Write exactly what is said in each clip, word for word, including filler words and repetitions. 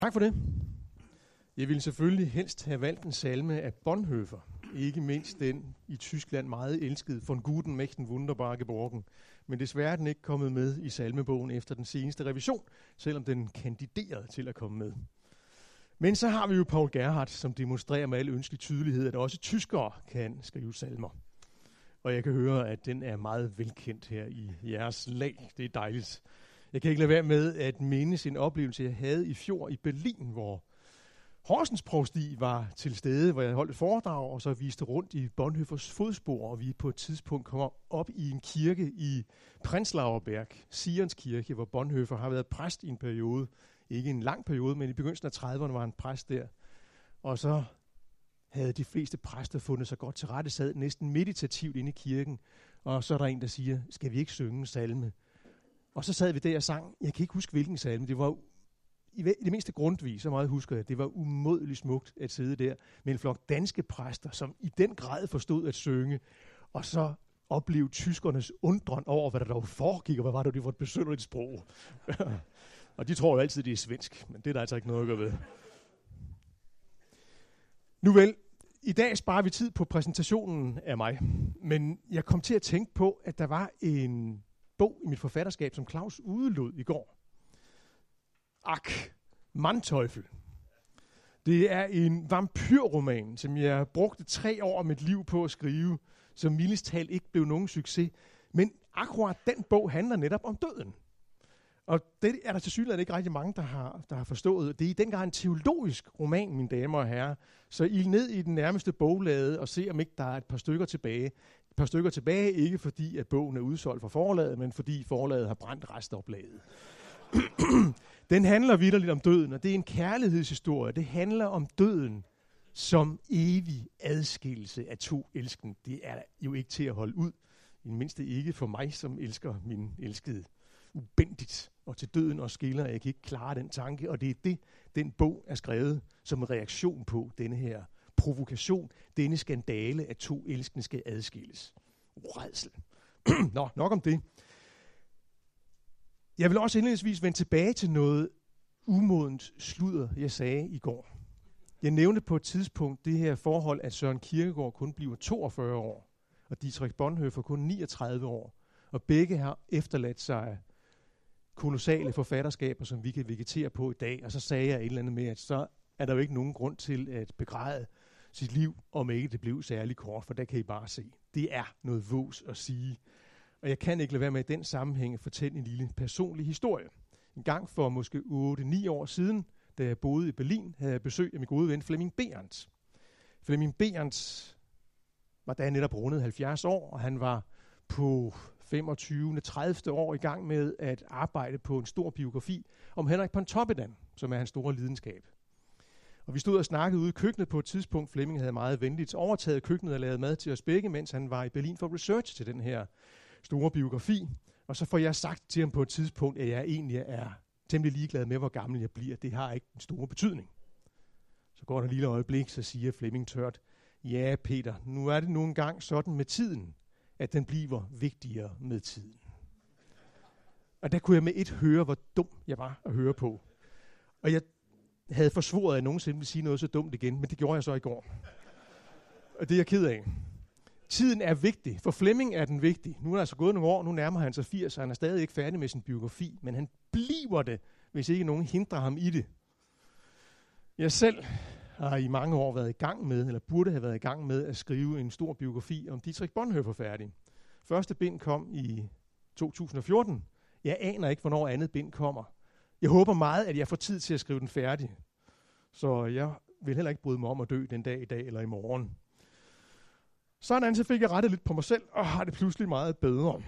Tak for det. Jeg ville selvfølgelig helst have valgt en salme af Bonhoeffer. Ikke mindst den i Tyskland meget elskede Von guten Mächten wunderbar geborgen. Men desværre er den ikke kommet med i salmebogen efter den seneste revision, selvom den kandiderede til at komme med. Men så har vi jo Paul Gerhardt, som demonstrerer med al ønskelig tydelighed, at også tyskere kan skrive salmer. Og jeg kan høre, at den er meget velkendt her i jeres lag. Det er dejligt. Jeg kan ikke lade være med at mindes en oplevelse, jeg havde i fjor i Berlin, hvor Horsens Provsti var til stede, hvor jeg holdt et foredrag, og så viste rundt i Bonhoeffers fodspor, og vi på et tidspunkt kommer op i en kirke i Prenzlauer Berg, Sions kirke, hvor Bonhoeffer har været præst i en periode. Ikke en lang periode, men i begyndelsen af trediverne var han præst der. Og så havde de fleste præster fundet sig godt til rette, sad næsten meditativt inde i kirken, og så er der en, der siger, skal vi ikke synge en salme? Og så sad vi der og sang, jeg kan ikke huske hvilken salme, det var i det mindste grundvis, så meget husker jeg, det var umådeligt smukt at sidde der med en flok danske præster, som i den grad forstod at synge, og så opleve tyskernes undren over, hvad der dog foregik, og hvad var det, det var et besynderligt sprog. Og de tror jo altid, det er svensk, men det er der altså ikke noget at gøre ved. Nu vel, i dag sparer vi tid på præsentationen af mig, men jeg kom til at tænke på, at der var en bog i mit forfatterskab, som Claus udelod i går. Ak, Manteuffel. Det er en vampyrroman, som jeg brugte tre år af mit liv på at skrive, som mildest talt ikke blev nogen succes. Men akkurat den bog handler netop om døden. Og det er der tilsyneladende ikke rigtig mange, der har, der har forstået. Det er i den grad en teologisk roman, mine damer og herrer. Så I ned i den nærmeste boglade og se, om ikke der er et par stykker tilbage. Et par stykker tilbage, ikke fordi at bogen er udsolgt fra forlaget, men fordi forlaget har brændt restoplaget. Den handler vitterligt om døden, og det er en kærlighedshistorie. Det handler om døden som evig adskillelse af to elskende. Det er jo ikke til at holde ud. I det mindste ikke for mig, som elsker min elskede ubændigt. Og til døden og skiller, jeg kan ikke klare den tanke. Og det er det, den bog er skrevet som en reaktion på denne her provokation. Denne skandale, at to elskende skal adskilles. Rædsel. Nå, nok om det. Jeg vil også indledningsvis vende tilbage til noget umodent sludder, jeg sagde i går. Jeg nævnte på et tidspunkt det her forhold, at Søren Kierkegaard kun bliver toogfyrre år, og Dietrich Bonhoeffer kun niogtredive år. Og begge har efterladt sig kolossale forfatterskaber, som vi kan vegetere på i dag. Og så sagde jeg et eller andet med, at så er der jo ikke nogen grund til at begræde sit liv, om ikke det blev særlig kort, for der kan I bare se. Det er noget vås at sige. Og jeg kan ikke lade være med i den sammenhæng at fortælle en lille personlig historie. En gang for måske otte ni år siden, da jeg boede i Berlin, havde jeg besøg af min gode ven Flemming Behrens. Flemming Behrens var da netop rundet halvfjerds år, og han var på femogtyvende tredivte år i gang med at arbejde på en stor biografi om Henrik Pontoppidan, som er hans store lidenskab. Og vi stod og snakkede ude i køkkenet på et tidspunkt. Flemming havde meget venligt overtaget køkkenet og lavet mad til os begge, mens han var i Berlin for research til den her store biografi. Og så får jeg sagt til ham på et tidspunkt, at jeg egentlig er temmelig ligeglad med, hvor gammel jeg bliver. Det har ikke en stor betydning. Så går der et lille øjeblik, så siger Flemming tørt, ja Peter, nu er det nogle gange sådan med tiden, at den bliver vigtigere med tiden. Og der kunne jeg med et høre, hvor dum jeg var at høre på. Og jeg havde forsvoret, at jeg nogensinde ville sige noget så dumt igen, men det gjorde jeg så i går. Og det er jeg ked af. Tiden er vigtig. For Flemming er den vigtig. Nu er der altså gået nogle år, nu nærmer han sig firs, og han er stadig ikke færdig med sin biografi, men han bliver det, hvis ikke nogen hindrer ham i det. Jeg selv har i mange år været i gang med, eller burde have været i gang med, at skrive en stor biografi om Dietrich Bonhoeffer færdig. Første bind kom i to tusind og fjorten. Jeg aner ikke, hvornår andet bind kommer. Jeg håber meget, at jeg får tid til at skrive den færdig. Så jeg vil heller ikke bryde mig om at dø den dag i dag eller i morgen. Sådan så fik jeg rettet lidt på mig selv, og har det pludselig meget bedre.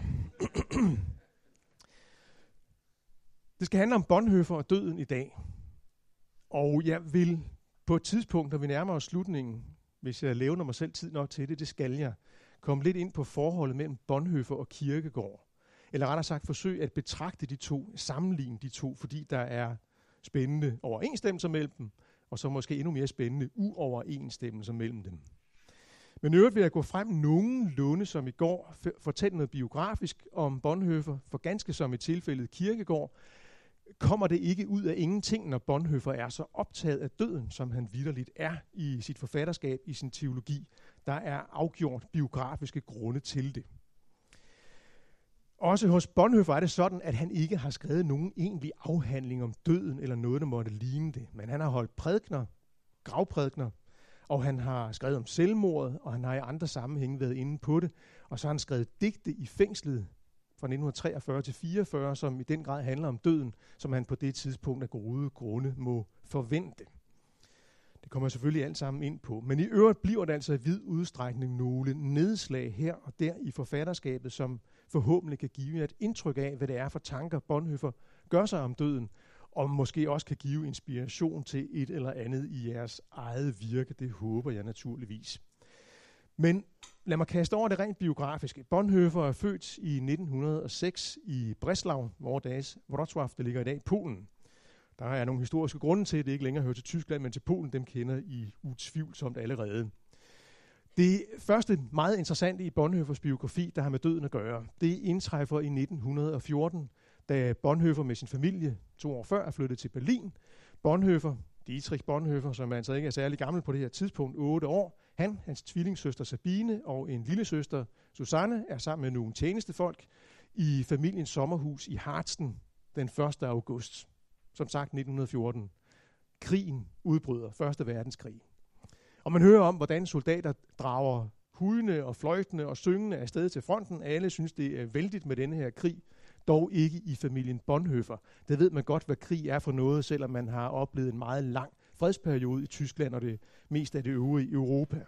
Det skal handle om Bonhoeffer og døden i dag. Og jeg vil på et tidspunkt, når vi nærmer os slutningen, hvis jeg levner mig selv tid nok til det, det skal jeg, komme lidt ind på forholdet mellem Bonhoeffer og Kierkegaard. Eller rettere sagt forsøge at betragte de to, sammenligne de to, fordi der er spændende overensstemmelser mellem dem, og så måske endnu mere spændende uoverensstemmelser mellem dem. Men i øvrigt vil jeg gå frem nogenlunde som i går, f- fortælle noget biografisk om Bonhoeffer, for ganske som i tilfældet Kierkegaard, kommer det ikke ud af ingenting, når Bonhoeffer er så optaget af døden, som han vitterligt er i sit forfatterskab, i sin teologi. Der er afgjort biografiske grunde til det. Også hos Bonhoeffer er det sådan, at han ikke har skrevet nogen egentlig afhandling om døden, eller noget, der måtte ligne det. Men han har holdt prædikener, gravprædikener, og han har skrevet om selvmordet, og han har i andre sammenhænge været inde på det. Og så har han skrevet digte i fængslet fra nitten treogfyrre til fireogfyrre, som i den grad handler om døden, som han på det tidspunkt af gode grunde må forvente. Det kommer jeg selvfølgelig alt sammen ind på. Men i øvrigt bliver det altså i vid udstrækning nogle nedslag her og der i forfatterskabet, som forhåbentlig kan give et indtryk af, hvad det er for tanker, Bonhoeffer gør sig om døden, og måske også kan give inspiration til et eller andet i jeres eget virke. Det håber jeg naturligvis. Men lad mig kaste over det rent biografiske. Bonhoeffer er født i nitten hundrede og seks i Breslau, vore dages Wrocław, der ligger i dag i Polen. Der er nogle historiske grunde til, at det ikke længere hører til Tyskland, men til Polen. Dem kender I utvivlsomt allerede. Det første meget interessante i Bonhoeffers biografi, der har med døden at gøre, det indtræffer i nitten hundrede og fjorten, da Bonhoeffer med sin familie to år før er flyttet til Berlin. Bonhoeffer, Dietrich Bonhoeffer, som altså ikke er særlig gammel på det her tidspunkt, otte år, han, hans tvillingssøster Sabine og en lillesøster Susanne er sammen med nogle tjenestefolk i familiens sommerhus i Harzen den første august. Som sagt nitten hundrede og fjorten. Krigen udbryder, første verdenskrig. Og man hører om, hvordan soldater drager hujende og fløjtende og syngende afsted til fronten. Alle synes, det er vældigt med denne her krig. Dog ikke i familien Bonhoeffer. Der ved man godt, hvad krig er for noget, selvom man har oplevet en meget lang fredsperiode i Tyskland og det meste af det øvrige Europa.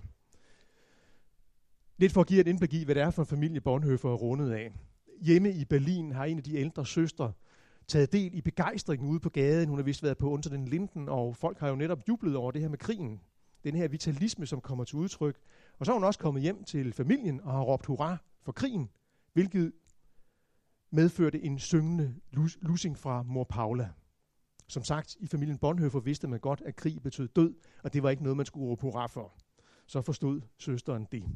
Lidt for at give et indblik i, hvad det er for en familie Bonhoeffer er rundet af. Hjemme i Berlin har en af de ældre søstre taget del i begejstringen ude på gaden. Hun har vist været på Unter den Linden, og folk har jo netop jublet over det her med krigen. Den her vitalisme, som kommer til udtryk. Og så er hun også kommet hjem til familien og har råbt hurra for krigen, hvilket medførte en syngende lus- lussing fra mor Paula. Som sagt, i familien Bonhoeffer vidste man godt, at krig betød død, og det var ikke noget, man skulle råbe hurra for. Så forstod søsteren det.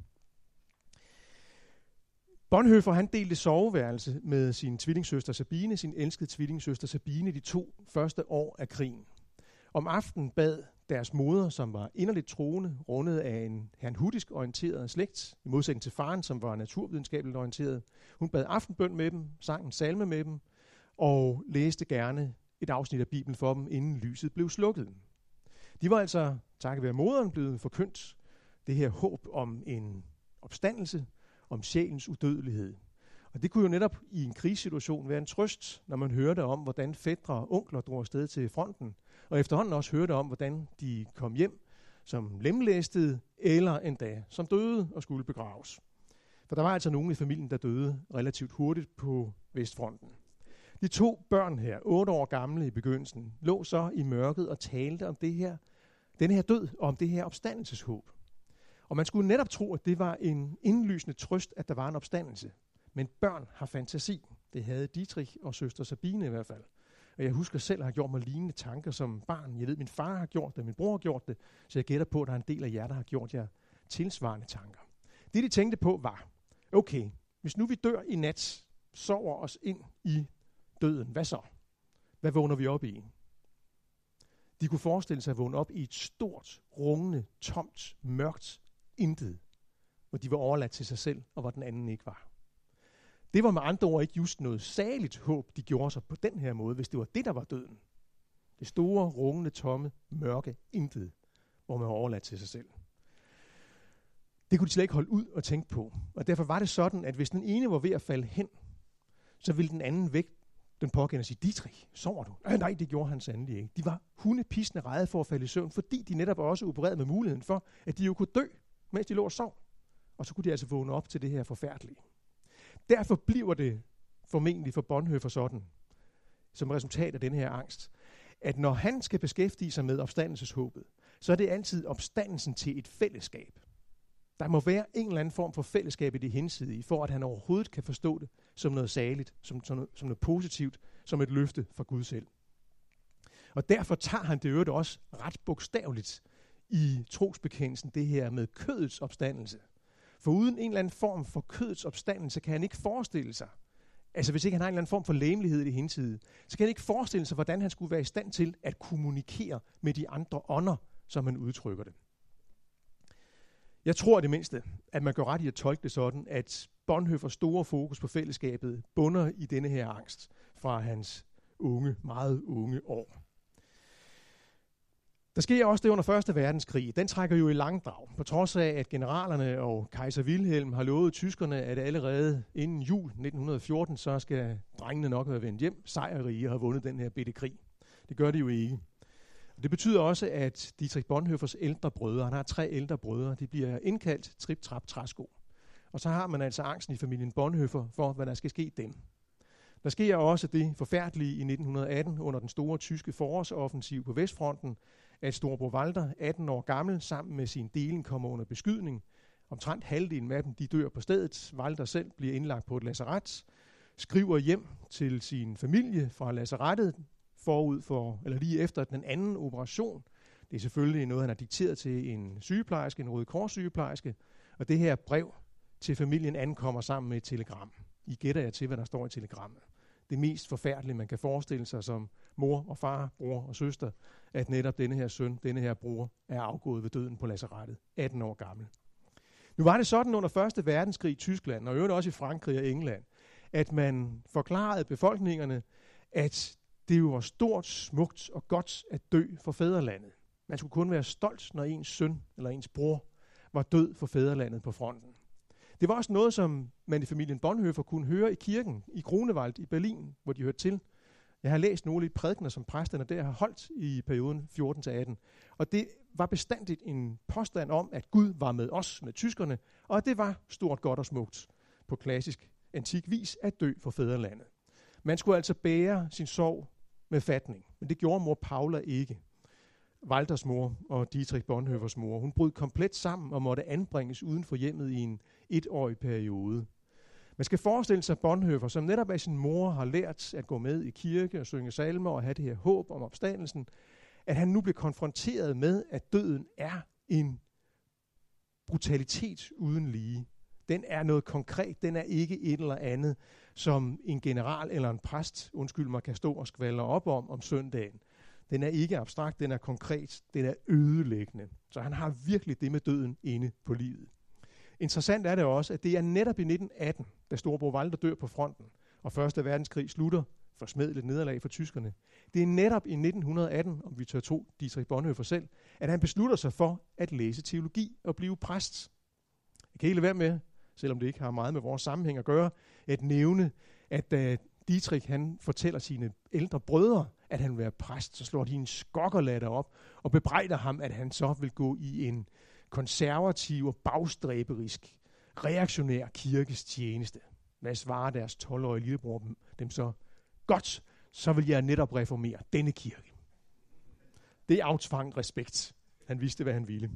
Bonhoeffer, han delte soveværelse med sin tvillingssøster Sabine, sin elskede tvillingssøster Sabine, de to første år af krigen. Om aftenen bad deres moder, som var inderligt troende, rundet af en herrnhutisk orienteret slægt, i modsætning til faren, som var naturvidenskabeligt orienteret. Hun bad aftenbøn med dem, sang en salme med dem, og læste gerne et afsnit af Bibelen for dem, inden lyset blev slukket. De var altså, takket være moderen, blevet forkyndt det her håb om en opstandelse, om sjælens udødelighed. Og det kunne jo netop i en krigssituation være en trøst, når man hørte om, hvordan fætre og onkler drog afsted til fronten, og efterhånden også hørte om, hvordan de kom hjem som lemlæstede, eller endda som døde og skulle begraves. For der var altså nogen i familien, der døde relativt hurtigt på Vestfronten. De to børn her, otte år gamle i begyndelsen, lå så i mørket og talte om det her, den her død og om det her opstandelseshåb. Og man skulle netop tro, at det var en indlysende trøst, at der var en opstandelse. Men børn har fantasi. Det havde Dietrich og søster Sabine i hvert fald. Og jeg husker selv at have gjort mig lignende tanker som barn. Jeg ved, at min far har gjort det, min bror har gjort det, så jeg gætter på, at der er en del af jer, der har gjort jer tilsvarende tanker. Det, de tænkte på, var, okay, hvis nu vi dør i nat, sover os ind i døden, hvad så? Hvad vågner vi op i? De kunne forestille sig at vågne op i et stort, rungende, tomt, mørkt intet, hvor de var overladt til sig selv, og hvor den anden ikke var. Det var med andre ord ikke just noget saligt håb, de gjorde sig på den her måde, hvis det var det, der var døden. Det store, rungende, tomme, mørke intet, hvor man var overladt til sig selv. Det kunne de slet ikke holde ud og tænke på. Og derfor var det sådan, at hvis den ene var ved at falde hen, så ville den anden væk den pågældende sige, Dietrich, sover du? Øh, nej, det gjorde han sandelig ikke. De var hundepissende rede for at falde i søvn, fordi de netop også opererede med muligheden for, at de jo kunne dø, mens de lå og sov. Og så kunne de altså vågne op til det her forfærdelige. Derfor bliver det formentlig for Bonhoeffer sådan, som resultat af den her angst, at når han skal beskæftige sig med opstandelseshåbet, så er det altid opstandelsen til et fællesskab. Der må være en eller anden form for fællesskab i det hinsidige, for at han overhovedet kan forstå det som noget saligt, som, som, noget, som noget positivt, som et løfte fra Gud selv. Og derfor tager han det øvrigt også ret bogstaveligt i trosbekendelsen, det her med kødets opstandelse. For uden en eller anden form for kødets opstandelse kan han ikke forestille sig, altså hvis ikke han har en eller anden form for læmelighed i det hinsidige, så kan han ikke forestille sig, hvordan han skulle være i stand til at kommunikere med de andre ånder, som han udtrykker det. Jeg tror det mindste, at man gør ret i at tolke det sådan, at Bonhoeffers store fokus på fællesskabet bunder i denne her angst fra hans unge, meget unge år. Der sker også det under første verdenskrig. Den trækker jo i langdrag, på trods af, at generalerne og kejser Wilhelm har lovet tyskerne, at allerede inden jul nitten fjorten, så skal drengene nok være vendt hjem, sejrrige og have vundet den her bitte krig. Det gør de jo ikke. Det betyder også, at Dietrich Bonhoeffers ældre brødre, han har tre ældre brødre, de bliver indkaldt trip, trap, træsko. Og så har man altså angsten i familien Bonhoeffer for, hvad der skal ske dem. Der sker også det forfærdelige i nitten atten under den store tyske forårsoffensiv på Vestfronten, at storebror Walter, atten år gammel, sammen med sin deling kommer under beskydning. Omtrent halvdelen af dem, de dør på stedet. Walter selv bliver indlagt på et lazaret, skriver hjem til sin familie fra lazarettet, forud for, eller lige efter den anden operation. Det er selvfølgelig noget, han har dikteret til en sygeplejerske, en Røde Kors sygeplejerske, og det her brev til familien ankommer sammen med et telegram. I gætter jeg til, hvad der står i telegrammet. Det mest forfærdelige, man kan forestille sig som mor og far, bror og søster, at netop denne her søn, denne her bror, er afgået ved døden på lazarettet, atten år gammel. Nu var det sådan under første verdenskrig i Tyskland, og øvrigt også i Frankrig og England, at man forklarede befolkningerne, at det jo var stort, smukt og godt at dø for fædrelandet. Man skulle kun være stolt, når ens søn eller ens bror var død for fædrelandet på fronten. Det var også noget, som man i familien Bonhoeffer kunne høre i kirken i Grunewald i Berlin, hvor de hørte til. Jeg har læst nogle af de prædikener, som præsterne der har holdt i perioden fjorten til atten. Og det var bestandigt en påstand om, at Gud var med os, med tyskerne, og at det var stort, godt og smukt på klassisk antik vis at dø for fædrelandet. Man skulle altså bære sin sorg med fatning, men det gjorde mor Paula ikke. Walters mor og Dietrich Bonhoeffers mor. Hun brød komplet sammen og måtte anbringes uden for hjemmet i en etårig periode. Man skal forestille sig Bonhoeffer, som netop af sin mor har lært at gå med i kirke og synge salmer og have det her håb om opstandelsen, at han nu blev konfronteret med, at døden er en brutalitet uden lige. Den er noget konkret, den er ikke et eller andet, som en general eller en præst, undskyld mig, kan stå og skvalre op om om søndagen. Den er ikke abstrakt, den er konkret, den er ødelæggende. Så han har virkelig det med døden inde på livet. Interessant er det også, at det er netop i nitten atten, da storebror Walter dør på fronten, og første verdenskrig slutter, forsmedeligt nederlag for tyskerne. Det er netop i nitten atten, om vi tør tro Dietrich Bonhoeffer selv, at han beslutter sig for at læse teologi og blive præst. Jeg kan ikke lade være med, selvom det ikke har meget med vores sammenhæng at gøre, at nævne, at da Dietrich han fortæller sine ældre brødre, at han vil være præst, så slår de en skokkerlatter op og bebrejder ham, at han så vil gå i en konservativ og bagstræberisk, reaktionær kirkes tjeneste. Hvad svarer deres tolv-årige lillebror dem så? Godt, så vil jeg netop reformere denne kirke. Det aftvang respekt. Han vidste, hvad han ville.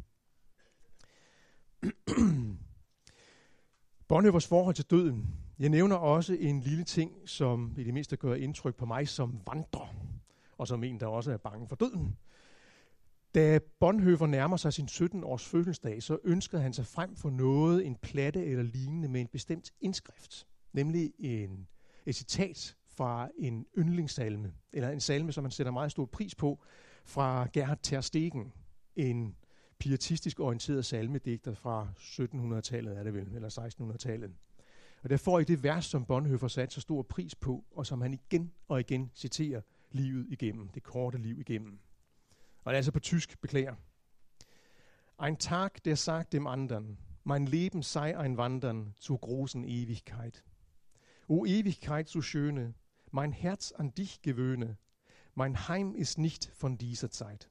Bonhoeffers forhold til døden. Jeg nævner også en lille ting, som i det mindste gør indtryk på mig som vandrer, og som en, der også er bange for døden. Da Bonhoeffer nærmer sig sin sytten-års fødselsdag, så ønsker han sig frem for noget, en platte eller lignende med en bestemt indskrift, nemlig en, et citat fra en yndlingssalme, eller en salme, som man sætter meget stor pris på, fra Gerhard ter Stegen, en pietistisk orienteret salmedigter fra syttenhundredetallet, er det vel, eller sekstenhundredetallet. Og der får I det vers, som Bonhoeffer satte så stor pris på, og som han igen og igen citerer livet igennem, det korte liv igennem. Og det er altså på tysk, beklager. Ein Tag, der sagt dem andern, mein Leben sei ein Wandern zur großen Ewigkeit. O Ewigkeit so schöne, mein Herz an dich gewöhne, mein Heim ist nicht von dieser Zeit.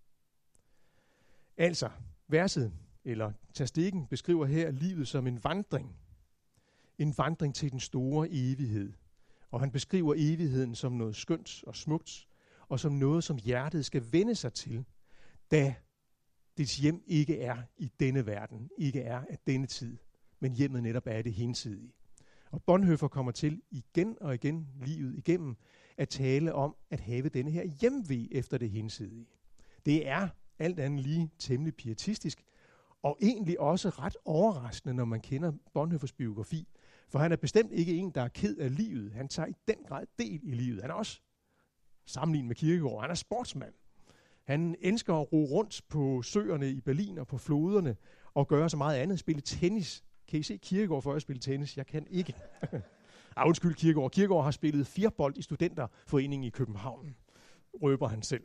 Altså, verset, eller ter Stegen, beskriver her livet som en vandring. En vandring til den store evighed. Og han beskriver evigheden som noget skønt og smukt, og som noget, som hjertet skal vende sig til, da dets hjem ikke er i denne verden, ikke er af denne tid, men hjemmet netop er det hinsidige. Og Bonhoeffer kommer til igen og igen livet igennem at tale om at have denne her hjemve efter det hinsidige. Det er alt andet lige temmelig pietistisk, og egentlig også ret overraskende, når man kender Bonhoeffers biografi, For han er bestemt ikke en, der er ked af livet. Han tager i den grad del i livet. Han er også sammenlignet med Kierkegaard. Han er sportsmand. Han elsker at ro rundt på søerne i Berlin og på floderne og gøre så meget andet. Spille tennis. Kan I se Kierkegaard for at spille tennis? Jeg kan ikke. ah, undskyld Kierkegaard. Kierkegaard har spillet firebold i Studenterforeningen i København. Røber han selv.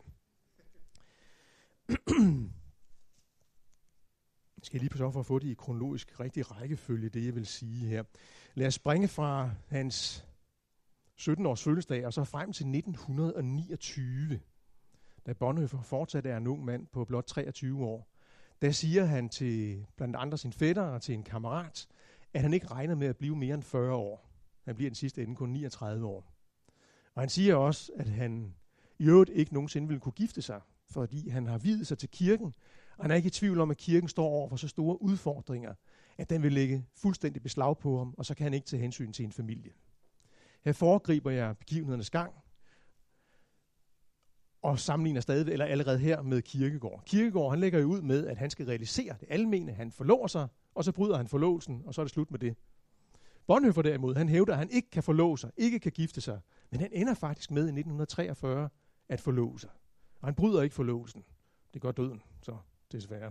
Skal jeg lige prøve for at få det i kronologisk rigtig rækkefølge, det jeg vil sige her. Lad os springe fra hans sytten-års fødselsdag og så frem til nitten niogtyve, da Bonhoeffer fortsat er en ung mand på blot treogtyve år. Der siger han til blandt andre sin fætter og til en kammerat, at han ikke regner med at blive mere end fyrre år. Han bliver den sidste ende kun niogtredive år. Og han siger også, at han i øvrigt ikke nogensinde vil kunne gifte sig, fordi han har viet sig til kirken, og han er ikke i tvivl om, at kirken står over for så store udfordringer, at den vil lægge fuldstændig beslag på ham, og så kan han ikke tage hensyn til en familie. Her foregriber jeg begivenhedernes gang, og sammenligner stadig, eller allerede her med Kierkegaard. Kierkegaard, han lægger jo ud med, at han skal realisere det almene, han forlover sig, og så bryder han forlovelsen, og så er det slut med det. Bonhoeffer derimod, han hævder, at han ikke kan forlove sig, ikke kan gifte sig, men han ender faktisk med i nitten treogfyrre at forlove sig. Og han bryder ikke forlovelsen. Det gør døden, så desværre.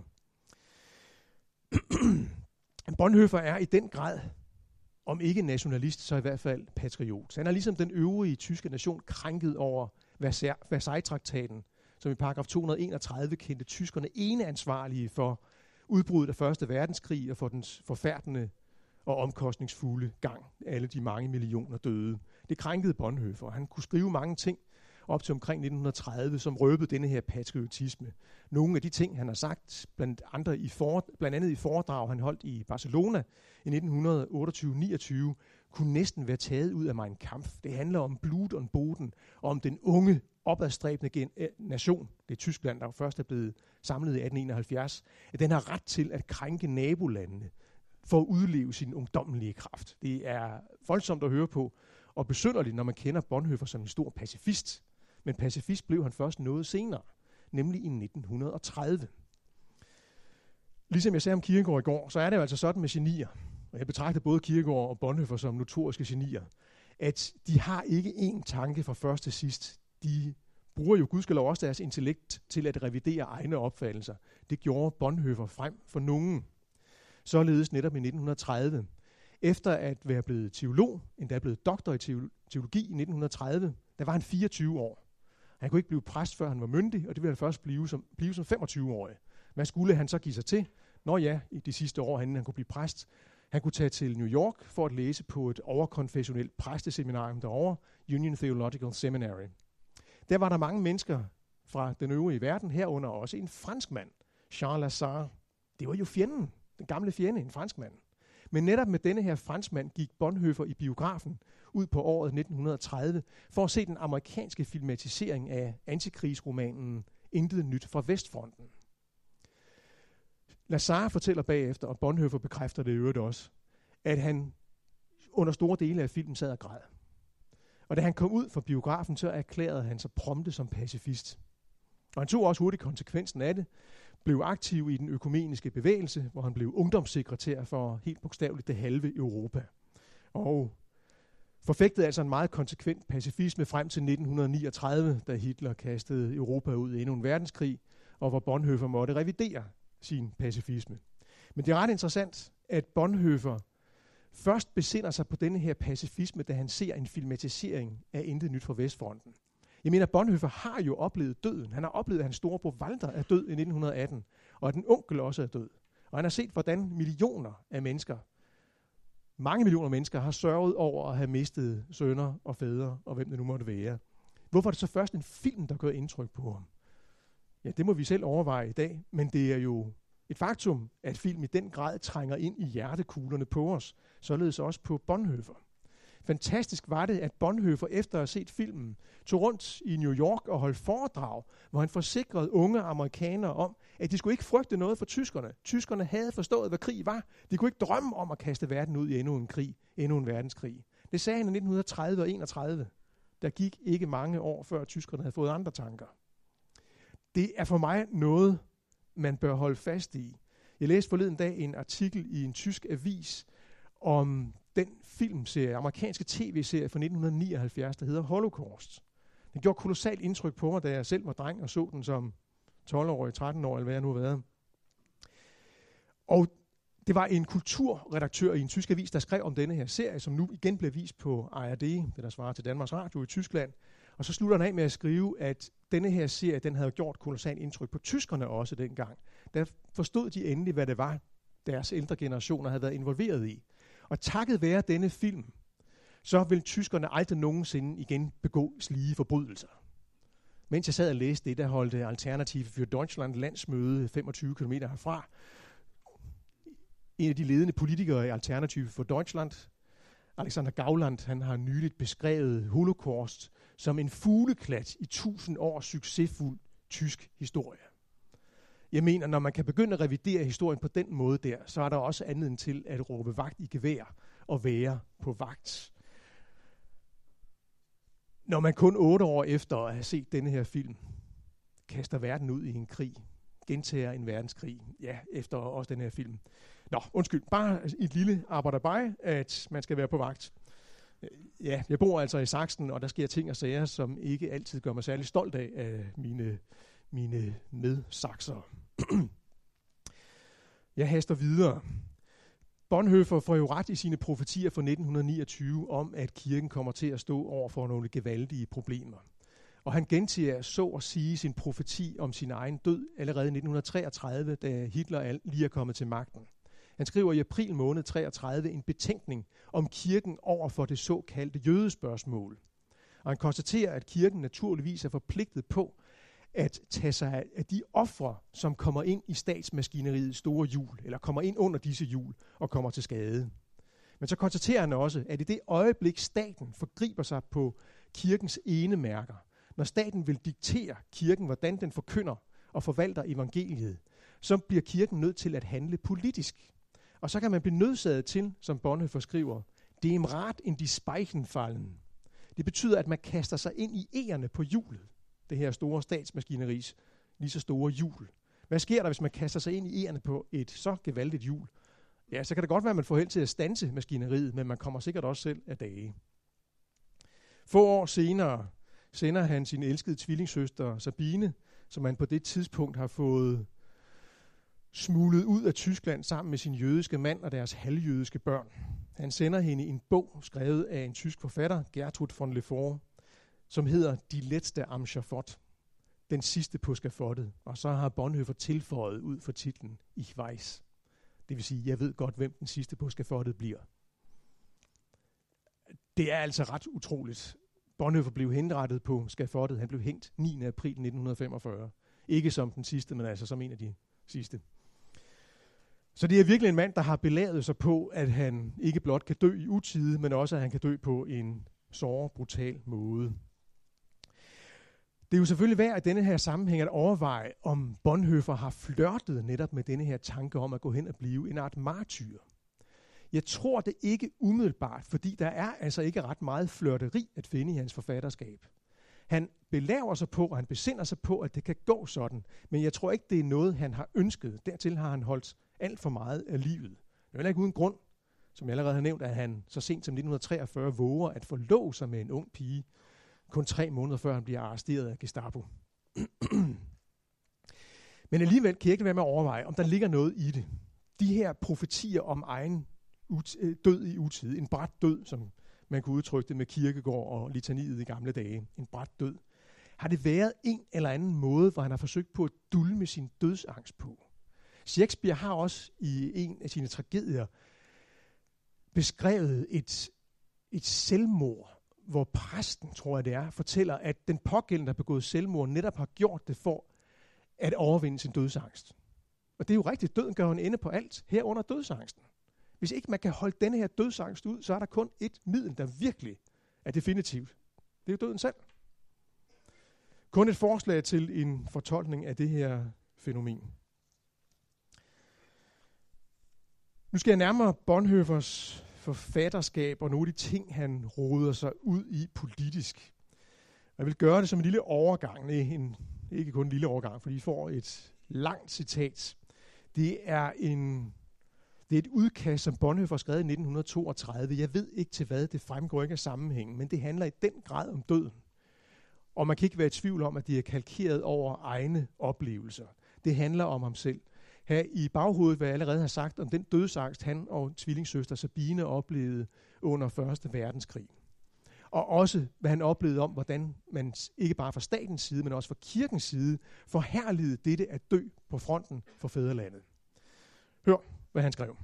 Bonhoeffer er i den grad, om ikke nationalist, så i hvert fald patriot. Han er ligesom den øvrige tyske nation krænket over Versailles-traktaten, som i paragraf to hundrede enogtredive kendte tyskerne ene ansvarlige for udbruddet af første verdenskrig og for dens forfærdende og omkostningsfulde gang. Alle de mange millioner døde. Det krænkede Bonhoeffer. Han kunne skrive mange ting op til omkring nitten tredive, som røbede denne her patriotisme. Nogle af de ting, han har sagt, blandt, andre i for, blandt andet i foredrag, han holdt i Barcelona i nitten otteogtyve niogtyve, kunne næsten være taget ud af Mein Kampf. Det handler om Blut und Boden, om den unge, opadstræbende gen- eh, nation, det er Tyskland, der først er blevet samlet i atten enoghalvfjerds, at den har ret til at krænke nabolandene for at udleve sin ungdommelige kraft. Det er voldsomt at høre på, og besynderligt, når man kender Bonhoeffer som en stor pacifist. Men pacifist blev han først noget senere, nemlig i nitten tredive. Ligesom jeg sagde om Kierkegaard i går, så er det jo altså sådan med genier, og jeg betragter både Kierkegaard og Bonhoeffer som notoriske genier, at de har ikke én tanke fra først til sidst. De bruger jo gudskelov også deres intellekt til at revidere egne opfattelser. Det gjorde Bonhoeffer frem for nogen. Således netop i nitten tredive. Efter at være blevet teolog, endda blevet doktor i teologi i nitten tredive, der var han fireogtyve år. Han kunne ikke blive præst, før han var myndig, og det ville han først blive som, blive som femogtyve-årig. Hvad skulle han så give sig til? Nå ja, i de sidste år, inden han kunne blive præst. Han kunne tage til New York for at læse på et overkonfessionelt præsteseminarium derovre, Union Theological Seminary. Der var der mange mennesker fra den øvrige verden, herunder også en franskmand, Charles Lassalle. Det var jo fjenden, den gamle fjende, en franskmand. Men netop med denne her franskmand gik Bonhoeffer i biografen ud på året nitten tredive for at se den amerikanske filmatisering af antikrigsromanen Intet nyt fra Vestfronten. Lassalle fortæller bagefter, og Bonhoeffer bekræfter det i øvrigt også, at han under store dele af filmen sad og græd. Og da han kom ud fra biografen, så erklærede han sig prompte som pacifist. Og han tog også hurtigt konsekvensen af det, blev aktiv i den økumeniske bevægelse, hvor han blev ungdomssekretær for helt bogstaveligt det halve Europa. Og forfægtede altså en meget konsekvent pacifisme frem til nitten niogtredive, da Hitler kastede Europa ud i endnu en verdenskrig, og hvor Bonhoeffer måtte revidere sin pacifisme. Men det er ret interessant, at Bonhoeffer først besinder sig på denne her pacifisme, da han ser en filmatisering af Intet nyt fra Vestfronten. Jeg mener, Bonhoeffer har jo oplevet døden. Han har oplevet, at hans storebror Walter er død i nitten atten, og at en onkel også er død. Og han har set, hvordan millioner af mennesker, mange millioner mennesker, har sørget over at have mistet sønner og fædre, og hvem det nu måtte være. Hvorfor er det så først en film, der gør indtryk på ham? Ja, det må vi selv overveje i dag, men det er jo et faktum, at film i den grad trænger ind i hjertekuglerne på os, således også på Bonhoeffer. Fantastisk var det, at Bonhoeffer efter at have set filmen tog rundt i New York og holdt foredrag, hvor han forsikrede unge amerikanere om, at de skulle ikke frygte noget for tyskerne. Tyskerne havde forstået, hvad krig var. De kunne ikke drømme om at kaste verden ud i endnu en krig, endnu en verdenskrig. Det sagde han i nitten tredive og enogtredive. Der gik ikke mange år, før tyskerne havde fået andre tanker. Det er for mig noget, man bør holde fast i. Jeg læste forleden dag en artikel i en tysk avis om den filmserie, amerikanske tv-serie fra nitten nioghalvfjerds, der hedder Holocaust. Den gjorde kolossalt indtryk på mig, da jeg selv var dreng og så den som tolv-årig, tretten-årig, eller hvad jeg nu har været. Og det var en kulturredaktør i en tysk avis, der skrev om denne her serie, som nu igen blev vist på A R D, det der svarer til Danmarks Radio i Tyskland. Og så slutter han af med at skrive, at denne her serie, den havde gjort kolossalt indtryk på tyskerne også dengang. Der forstod de endelig, hvad det var, deres ældre generationer havde været involveret i. Og takket være denne film, så vil tyskerne aldrig nogensinde igen begå slige forbrydelser. Mens jeg sad og læste det, der holdt Alternative für Deutschland landsmøde femogtyve kilometer herfra. En af de ledende politikere i Alternative for Deutschland, Alexander Gauland, han har nyligt beskrevet Holocaust som en fugleklat i tusind års succesfuld tysk historie. Jeg mener, når man kan begynde at revidere historien på den måde der, så er der også anledning til at råbe vagt i gevær og være på vagt. Når man kun otte år efter at have set denne her film, kaster verden ud i en krig, gentager en verdenskrig, ja, efter også den her film. Nå, undskyld, bare et lille arbejderbej, at man skal være på vagt. Ja, jeg bor altså i Sachsen, og der sker ting og sager, som ikke altid gør mig særlig stolt af, af mine, mine medsakser. Jeg haster videre. Bonhoeffer får jo ret i sine profetier fra nitten niogtyve om, at kirken kommer til at stå over for nogle gevaldige problemer. Og han gentager så at sige sin profeti om sin egen død allerede i nitten treogtredive, da Hitler lige er kommet til magten. Han skriver i april måned treogtredive en betænkning om kirken over for det såkaldte jødespørgsmål. Og han konstaterer, at kirken naturligvis er forpligtet på at tage sig af de ofre, som kommer ind i statsmaskineriets store hjul, eller kommer ind under disse hjul og kommer til skade. Men så konstaterer han også, at i det øjeblik staten forgriber sig på kirkens enemærker, når staten vil diktere kirken, hvordan den forkynder og forvalter evangeliet, så bliver kirken nødt til at handle politisk. Og så kan man blive nødsaget til, som Bonhoeffer skriver, dem Rat in die Speichen fallen. Det betyder, at man kaster sig ind i egerne på hjulet, det her store statsmaskineris lige så store hjul. Hvad sker der, hvis man kaster sig ind i egerne på et så gevaldigt hjul? Ja, så kan det godt være, at man får held til at standse maskineriet, men man kommer sikkert også selv af dage. Få år senere sender han sin elskede tvillingssøster Sabine, som han på det tidspunkt har fået smuglet ud af Tyskland sammen med sin jødiske mand og deres halvjødiske børn. Han sender hende en bog, skrevet af en tysk forfatter, Gertrud von Lefort, som hedder Die letzte am Schafott, den sidste på skafottet. Og så har Bonhoeffer tilføjet ud for titlen Ich weiß. Det vil sige, jeg ved godt, hvem den sidste på skafottet bliver. Det er altså ret utroligt. Bonhoeffer blev henrettet på skafottet. Han blev hængt niende april nitten femogfyrre. Ikke som den sidste, men altså som en af de sidste. Så det er virkelig en mand, der har belæret sig på, at han ikke blot kan dø i utide, men også at han kan dø på en såre brutal måde. Det er jo selvfølgelig værd, at denne her sammenhæng at overveje, om Bonhoeffer har flørtet netop med denne her tanke om at gå hen og blive en art martyr. Jeg tror det ikke umiddelbart, fordi der er altså ikke ret meget flørteri at finde i hans forfatterskab. Han belærer sig på, og han besinder sig på, at det kan gå sådan, men jeg tror ikke, det er noget, han har ønsket. Dertil har han holdt alt for meget af livet. Det er heller ikke uden grund, som jeg allerede har nævnt, at han så sent som nitten treogfyrre våger at forlove sig med en ung pige, kun tre måneder før han bliver arresteret af Gestapo. Men alligevel kan jeg ikke være med at overveje, om der ligger noget i det. De her profetier om egen ut- død i utide, en brat død, som man kunne udtrykke det med Kierkegaard og litaniet i gamle dage, en brat død. Har det været en eller anden måde, hvor han har forsøgt på at dulme sin dødsangst på? Shakespeare har også i en af sine tragedier beskrevet et, et selvmord, hvor præsten, tror jeg det er, fortæller, at den pågældende, der har begået selvmord, netop har gjort det for at overvinde sin dødsangst. Og det er jo rigtigt, døden gør en ende på alt, herunder dødsangsten. Hvis ikke man kan holde denne her dødsangst ud, så er der kun et middel, der virkelig er definitivt. Det er jo døden selv. Kun et forslag til en fortolkning af det her fænomen. Nu skal jeg nærmere Bonhoeffers forfatterskab og nogle af de ting, han roder sig ud i politisk. Jeg vil gøre det som en lille overgang. Nej, en, ikke kun en lille overgang, for I får et langt citat. Det er en Det er et udkast, som Bonhoeffer skrev i nitten toogtredive. Jeg ved ikke til hvad, det fremgår ikke af sammenhængen, men det handler i den grad om døden. Og man kan ikke være i tvivl om, at det er kalkeret over egne oplevelser. Det handler om ham selv. Her i baghovedet, hvad jeg allerede har sagt, om den dødsangst, han og tvillingssøster Sabine oplevede under første verdenskrig. Og også, hvad han oplevede om, hvordan man ikke bare fra statens side, men også fra kirkens side, forherligede dette at dø på fronten for fædrelandet. Hør, hvad han skrev.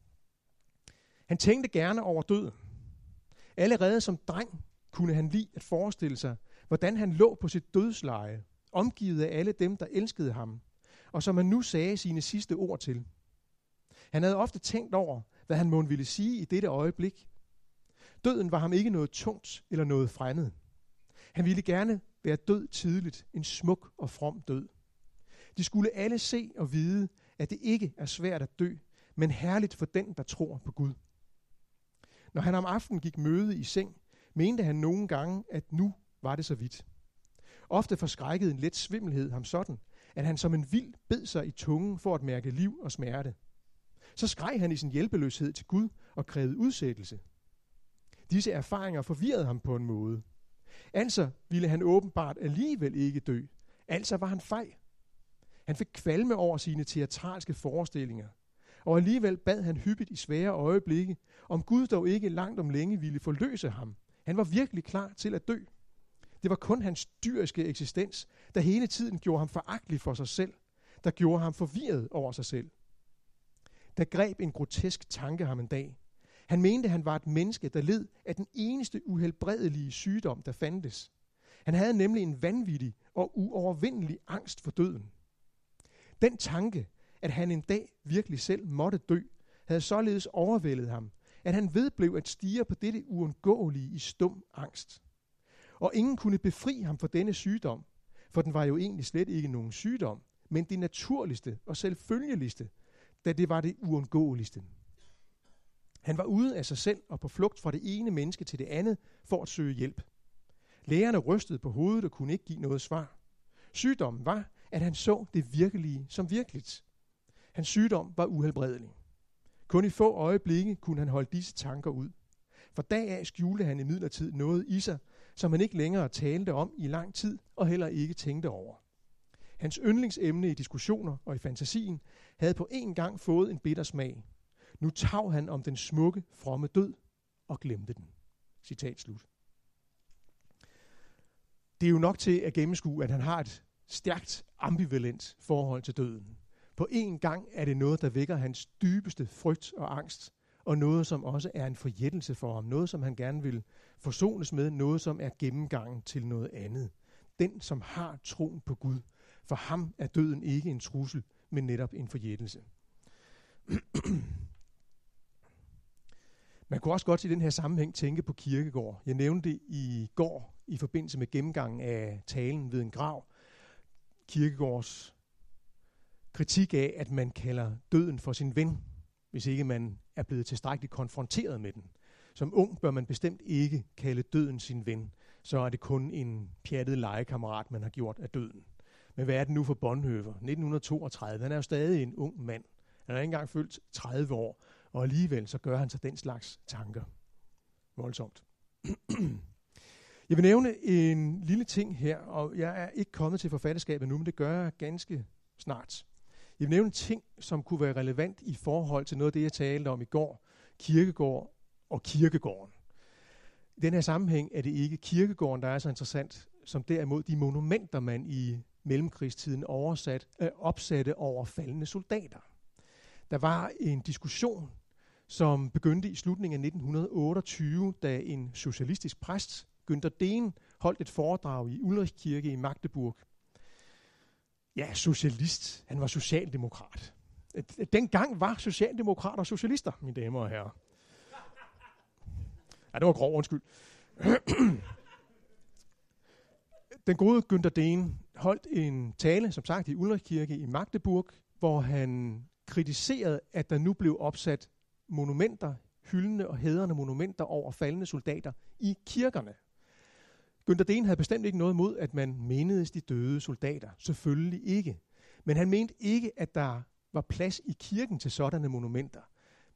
Han tænkte gerne over døden. Allerede som dreng kunne han lide at forestille sig, hvordan han lå på sit dødsleje, omgivet af alle dem, der elskede ham, og som han nu sagde sine sidste ord til. Han havde ofte tænkt over, hvad han måtte ville sige i dette øjeblik. Døden var ham ikke noget tungt eller noget fremmed. Han ville gerne være død tidligt, en smuk og from død. De skulle alle se og vide, at det ikke er svært at dø, men herligt for den, der tror på Gud. Når han om aftenen gik møde i seng, mente han nogle gange, at nu var det så vidt. Ofte forskrækkede en let svimmelhed ham sådan, at han som en vild bed sig i tungen for at mærke liv og smerte. Så skreg han i sin hjælpeløshed til Gud og krævede udsættelse. Disse erfaringer forvirrede ham på en måde. Altså ville han åbenbart alligevel ikke dø. Altså var han fej. Han fik kvalme over sine teatralske forestillinger. Og alligevel bad han hyppigt i svære øjeblikke, om Gud dog ikke langt om længe ville forløse ham. Han var virkelig klar til at dø. Det var kun hans dyriske eksistens, der hele tiden gjorde ham foragtelig for sig selv, der gjorde ham forvirret over sig selv. Der greb en grotesk tanke ham en dag. Han mente, han var et menneske, der led af den eneste uhelbredelige sygdom, der fandtes. Han havde nemlig en vanvittig og uovervindelig angst for døden. Den tanke, at han en dag virkelig selv måtte dø, havde således overvældet ham, at han vedblev at stirre på dette uundgåelige i stum angst. Og ingen kunne befri ham fra denne sygdom, for den var jo egentlig slet ikke nogen sygdom, men det naturligste og selvfølgeligste, da det var det uundgåeligste. Han var ude af sig selv og på flugt fra det ene menneske til det andet for at søge hjælp. Lægerne rystede på hovedet og kunne ikke give noget svar. Sygdommen var, at han så det virkelige som virkeligt. Hans sygdom var uhelbredelig. Kun i få øjeblikke kunne han holde disse tanker ud. For dag af skjulte han imidlertid noget i sig, som han ikke længere talte om i lang tid og heller ikke tænkte over. Hans yndlingsemne i diskussioner og i fantasien havde på en gang fået en bitter smag. Nu tav han om den smukke, fromme død og glemte den. Citat slut. Det er jo nok til at gennemskue, at han har et stærkt ambivalent forhold til døden. På en gang er det noget, der vækker hans dybeste frygt og angst, og noget, som også er en forjættelse for ham. Noget, som han gerne vil forsones med, noget, som er gennemgangen til noget andet. Den, som har troen på Gud. For ham er døden ikke en trussel, men netop en forjættelse. Man kunne også godt i den her sammenhæng tænke på Kierkegaard. Jeg nævnte det i går i forbindelse med gennemgangen af talen ved en grav. Kierkegaards kritik af, at man kalder døden for sin ven, hvis ikke man er blevet tilstrækkeligt konfronteret med den. Som ung bør man bestemt ikke kalde døden sin ven. Så er det kun en pjattet legekammerat, man har gjort af døden. Men hvad er det nu for Bonhoeffer? nitten toogtredive. Han er jo stadig en ung mand. Han har ikke engang fyldt tredive år, og alligevel så gør han sig den slags tanker. Voldsomt. Jeg vil nævne en lille ting her, og jeg er ikke kommet til forfatterskabet nu, men det gør jeg ganske snart. Jeg vil nævne en ting, som kunne være relevant i forhold til noget af det, jeg talte om i går. Kierkegaard og kirkegården. I den her sammenhæng er det ikke kirkegården, der er så interessant, som derimod de monumenter, man i mellemkrigstiden oversat, øh, opsatte over faldne soldater. Der var en diskussion, som begyndte i slutningen af nitten otteogtyve, da en socialistisk præst, Günther Dehn, holdt et foredrag i Ulrichkirke i Magdeburg. Ja, socialist. Han var socialdemokrat. Dengang var socialdemokrater socialister, mine damer og herrer. Ja, det var grov, undskyld. Den gode Günther Dehn holdt en tale, som sagt, i Ulrichkirke i Magdeburg, hvor han kritiserede, at der nu blev opsat monumenter, hyldende og hædrende monumenter over faldne soldater i kirkerne. Günther Dehn havde bestemt ikke noget imod, at man mindedes de døde soldater. Selvfølgelig ikke. Men han mente ikke, at der var plads i kirken til sådanne monumenter.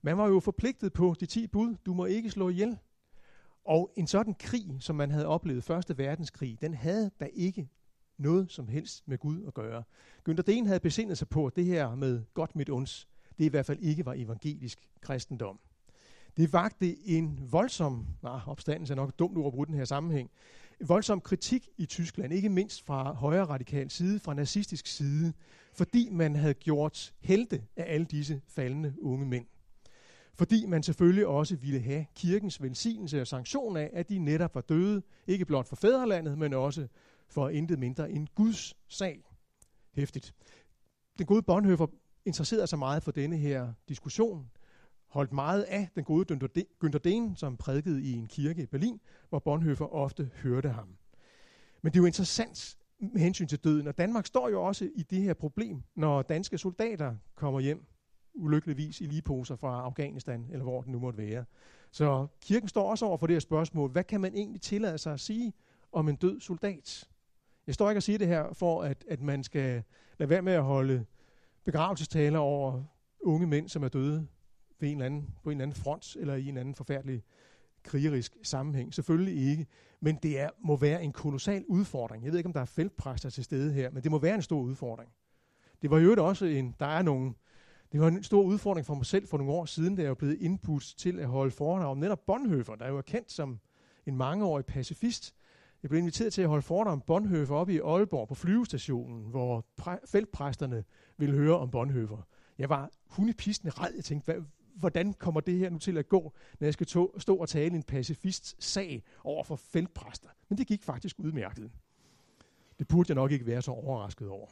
Man var jo forpligtet på de ti bud, du må ikke slå ihjel. Og en sådan krig, som man havde oplevet, Første Verdenskrig, den havde da ikke noget som helst med Gud at gøre. Günther Dehn havde besindet sig på, at det her med godt mit ons, det i hvert fald ikke var evangelisk kristendom. Det vagte en voldsom, nej, opstandelse er nok et dumt ord at bruge den her sammenhæng, en voldsom kritik i Tyskland, ikke mindst fra højre radikal side, fra nazistisk side, fordi man havde gjort helte af alle disse faldende unge mænd. Fordi man selvfølgelig også ville have kirkens velsignelse og sanktion af, at de netop var døde, ikke blot for fædrelandet, men også for intet mindre end Guds sag. Hæftigt. Den gode Bonhoeffer interesserede sig meget for denne her diskussion, holdt meget af den gode Günther Dehn, som prædikede i en kirke i Berlin, hvor Bonhoeffer ofte hørte ham. Men det er jo interessant med hensyn til døden, og Danmark står jo også i det her problem, når danske soldater kommer hjem, ulykkeligvis i ligeposer fra Afghanistan, eller hvor det nu måtte være. Så kirken står også over for det her spørgsmål, hvad kan man egentlig tillade sig at sige om en død soldat? Jeg står ikke at sige det her for, at, at man skal lade være med at holde begravelsestaler over unge mænd, som er døde ved en eller anden, på en eller anden front, eller i en anden forfærdelig krigerisk sammenhæng. Selvfølgelig ikke, men det er, må være en kolossal udfordring. Jeg ved ikke, om der er feltpræster til stede her, men det må være en stor udfordring. Det var jo også en, der er nogle, det var en stor udfordring for mig selv for nogle år siden, da jeg er blevet indbudt til at holde foredrag om netop Bonhoeffer, der jo er kendt som en mangeårig pacifist. Jeg blev inviteret til at holde foredrag om Bonhoeffer oppe i Aalborg på flyvestationen, hvor præ- feltpræsterne ville høre om Bonhoeffer. Jeg var hundepistende ræd. Jeg tænkte, hvad, hvordan kommer det her nu til at gå, når jeg skal to, stå og tale en pacifist sag over for feltpræster? Men det gik faktisk udmærket. Det burde jeg nok ikke være så overrasket over.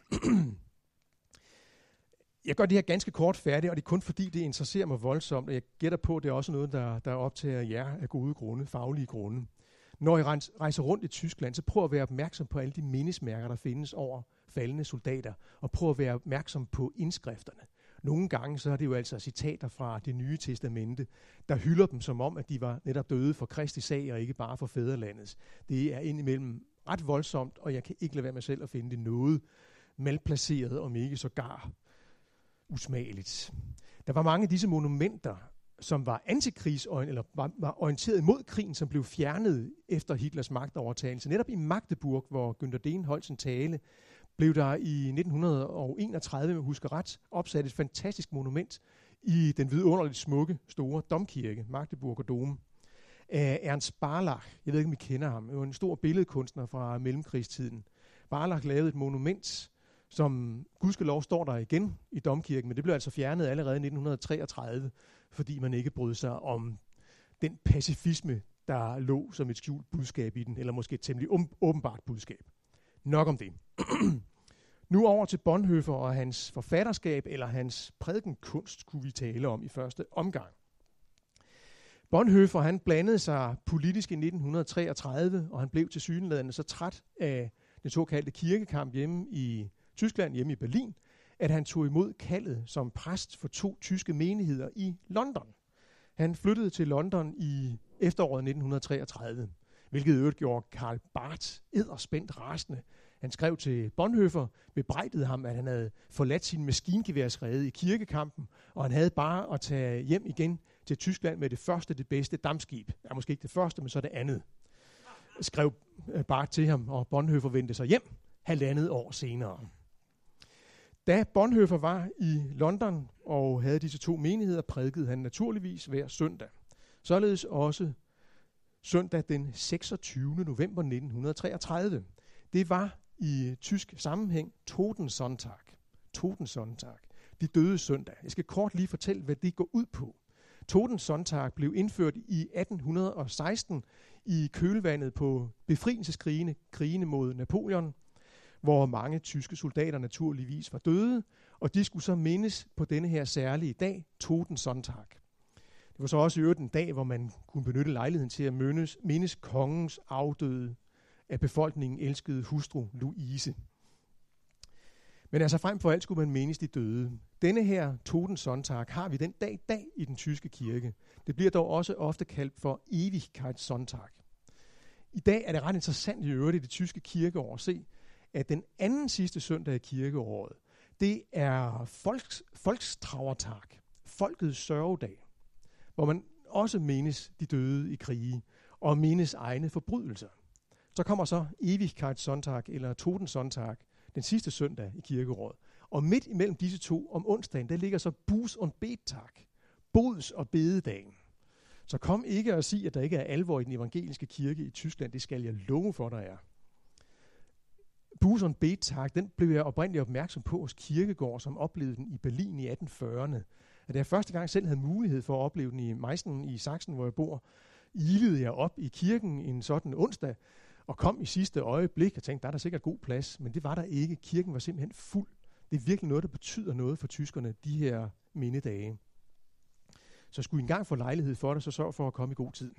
Jeg gør det her ganske kort færdigt, og det er kun fordi, det interesserer mig voldsomt, og jeg gætter på, at det er også noget, der, der optager jer af gode grunde, faglige grunde. Når I rejser rundt i Tyskland, så prøv at være opmærksom på alle de mindesmærker, der findes over faldende soldater, og prøv at være opmærksom på indskrifterne. Nogle gange så er det jo altså citater fra Det Nye Testamente, der hylder dem som om, at de var netop døde for Kristi sag, og ikke bare for fædrelandets. Det er indimellem ret voldsomt, og jeg kan ikke lade være med selv at finde det noget malplaceret, om ikke sågar usmageligt. Der var mange af disse monumenter, som var antikrigsorienteret, eller var, var orienteret mod krigen, som blev fjernet efter Hitlers magtovertagelse. Netop i Magdeburg, hvor Günther Dehn holdt sin tale, blev der i nitten enogtredive, med husker ret, opsat et fantastisk monument i den vidunderligt smukke, store domkirke, Magdeburger Dom, af Ernst Barlach. Jeg ved ikke, om I kender ham. Det var en stor billedkunstner fra mellemkrigstiden. Barlach lavede et monument, som gudskelov står der igen i domkirken, men det blev altså fjernet allerede i nitten treogtredive, fordi man ikke brød sig om den pacifisme, der lå som et skjult budskab i den, eller måske et temmelig åbenbart budskab. Nok om det. Nu over til Bonhoeffer og hans forfatterskab, eller hans prædikenkunst, kunne vi tale om i første omgang. Bonhoeffer, han blandede sig politisk i nitten treogtredive, og han blev tilsyneladende så træt af den såkaldte kirkekamp hjemme i Tyskland, hjemme i Berlin, at han tog imod kaldet som præst for to tyske menigheder i London. Han flyttede til London i efteråret nitten treogtredive, hvilket i øvrigt gjorde Karl Barth edderspændt rasende. Han skrev til Bonhoeffer, bebrejdede ham, at han havde forladt sin maskingeværsrede i kirkekampen, og han havde bare at tage hjem igen til Tyskland med det første, det bedste dampskib. Ja, måske ikke det første, men så det andet. Skrev Barth til ham, og Bonhoeffer vendte sig hjem halvandet år senere. Da Bonhoeffer var i London og havde disse to menigheder, prædikede han naturligvis hver søndag. Således også søndag den seksogtyvende november nitten treogtredive. Det var i tysk sammenhæng Totensonntag. Totensonntag. De døde søndag. Jeg skal kort lige fortælle, hvad det går ud på. Totensonntag blev indført i atten seksten i kølvandet på befrielseskrigene, krigene mod Napoleon, hvor mange tyske soldater naturligvis var døde, og de skulle så mindes på denne her særlige dag, Totensonntag. Det var så også i øvrigt en dag, hvor man kunne benytte lejligheden til at mindes, mindes kongens afdøde, af befolkningen elskede hustru Louise. Men altså frem for alt skulle man mindes de døde. Denne her Totensonntag har vi den dag i dag i den tyske kirke. Det bliver dog også ofte kaldt for Ewigkeitssonntag. I dag er det ret interessant i øvrigt i det tyske kirkeår at se, at den anden sidste søndag i kirkeåret, det er Volks, Volkstrauertag. folkets sørgedag, hvor man også mindes de døde i krige og mindes egne forbrydelser. Så kommer så Ewighkeitssonntag eller Totensonntag, den sidste søndag i kirkeåret. Og midt imellem disse to om onsdagen, der ligger så Buß- und Bettag, bods- og bededagen. Så kom ikke og sig, at der ikke er alvor i den evangeliske kirke i Tyskland. Det skal jeg love for, der er. Buß- und Bettag, den blev jeg oprindeligt opmærksom på hos Kierkegaard, som oplevede den i Berlin i atten fyrrerne. Og da jeg første gang selv havde mulighed for at opleve den i Meißen i Sachsen, hvor jeg bor, ilede jeg op i kirken en sådan onsdag, og kom i sidste øjeblik og tænkte, der er der sikkert god plads, men det var der ikke. Kirken var simpelthen fuld. Det er virkelig noget, der betyder noget for tyskerne, de her mindedage. Så skulle I engang få lejlighed for det, så sørg for at komme i god tid.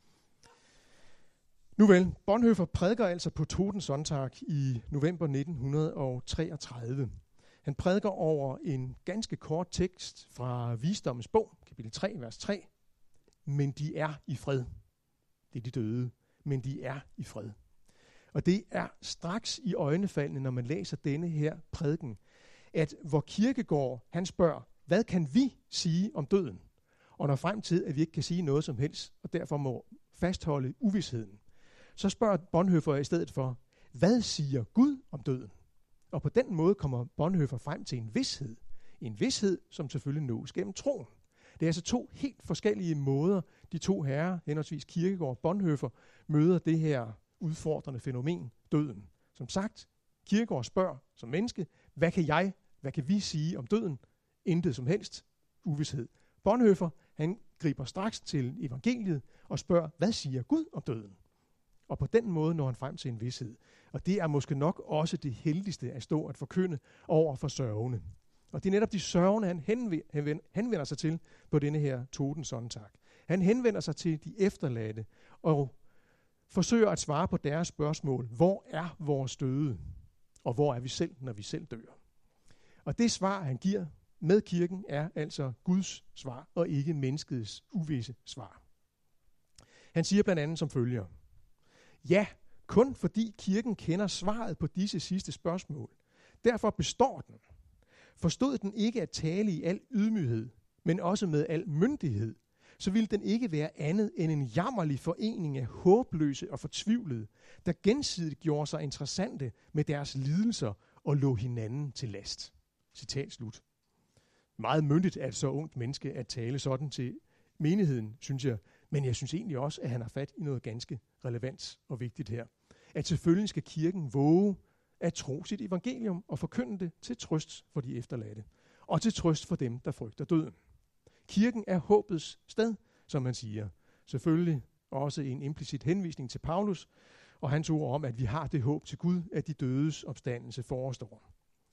Nu vel, Bonhoeffer prædiker altså på Totensonntag i november nitten treogtredive. Han prædiker over en ganske kort tekst fra Visdommens bog, kapitel tre, vers tre. Men de er i fred. Det er de døde, men de er i fred. Og det er straks i øjnefaldene, når man læser denne her prædiken, at hvor Kierkegaard, han spørger, hvad kan vi sige om døden? Og når frem til, at vi ikke kan sige noget som helst, og derfor må fastholde uvisheden, så spørger Bonhoeffer i stedet for, hvad siger Gud om døden? Og på den måde kommer Bonhoeffer frem til en vished. En vished, som selvfølgelig nås gennem troen. Det er altså to helt forskellige måder, de to herrer, henholdsvis Kierkegaard og Bonhoeffer, møder det her udfordrende fænomen, døden. Som sagt, Kierkegaard spørger som menneske, hvad kan jeg, hvad kan vi sige om døden? Intet som helst. Uvished. Bonhoeffer, han griber straks til evangeliet og spørger, hvad siger Gud om døden? Og på den måde når han frem til en vished. Og det er måske nok også det heldigste at stå at forkynde over for sørgende. Og det er netop de sørgende, han henvender sig til på denne her Totensonntag. Han henvender sig til de efterladte og forsøger at svare på deres spørgsmål. Hvor er vores døde? Og hvor er vi selv, når vi selv dør? Og det svar, han giver med kirken, er altså Guds svar og ikke menneskets uvisse svar. Han siger blandt andet som følger. Ja, kun fordi kirken kender svaret på disse sidste spørgsmål. Derfor består den. Forstod den ikke at tale i al ydmyghed, men også med al myndighed, så ville den ikke være andet end en jammerlig forening af håbløse og fortvivlede, der gensidigt gjorde sig interessante med deres lidelser og lå hinanden til last. Citat slut. Meget myndigt er et så ungt menneske at tale sådan til menigheden, synes jeg, men jeg synes egentlig også, at han har fat i noget ganske relevant og vigtigt her. At selvfølgelig skal kirken våge at tro sit evangelium og forkynde det til trøst for de efterladte, og til trøst for dem, der frygter døden. Kirken er håbets sted, som man siger. Selvfølgelig også en implicit henvisning til Paulus og hans ord om, at vi har det håb til Gud, at de dødes opstandelse forestår.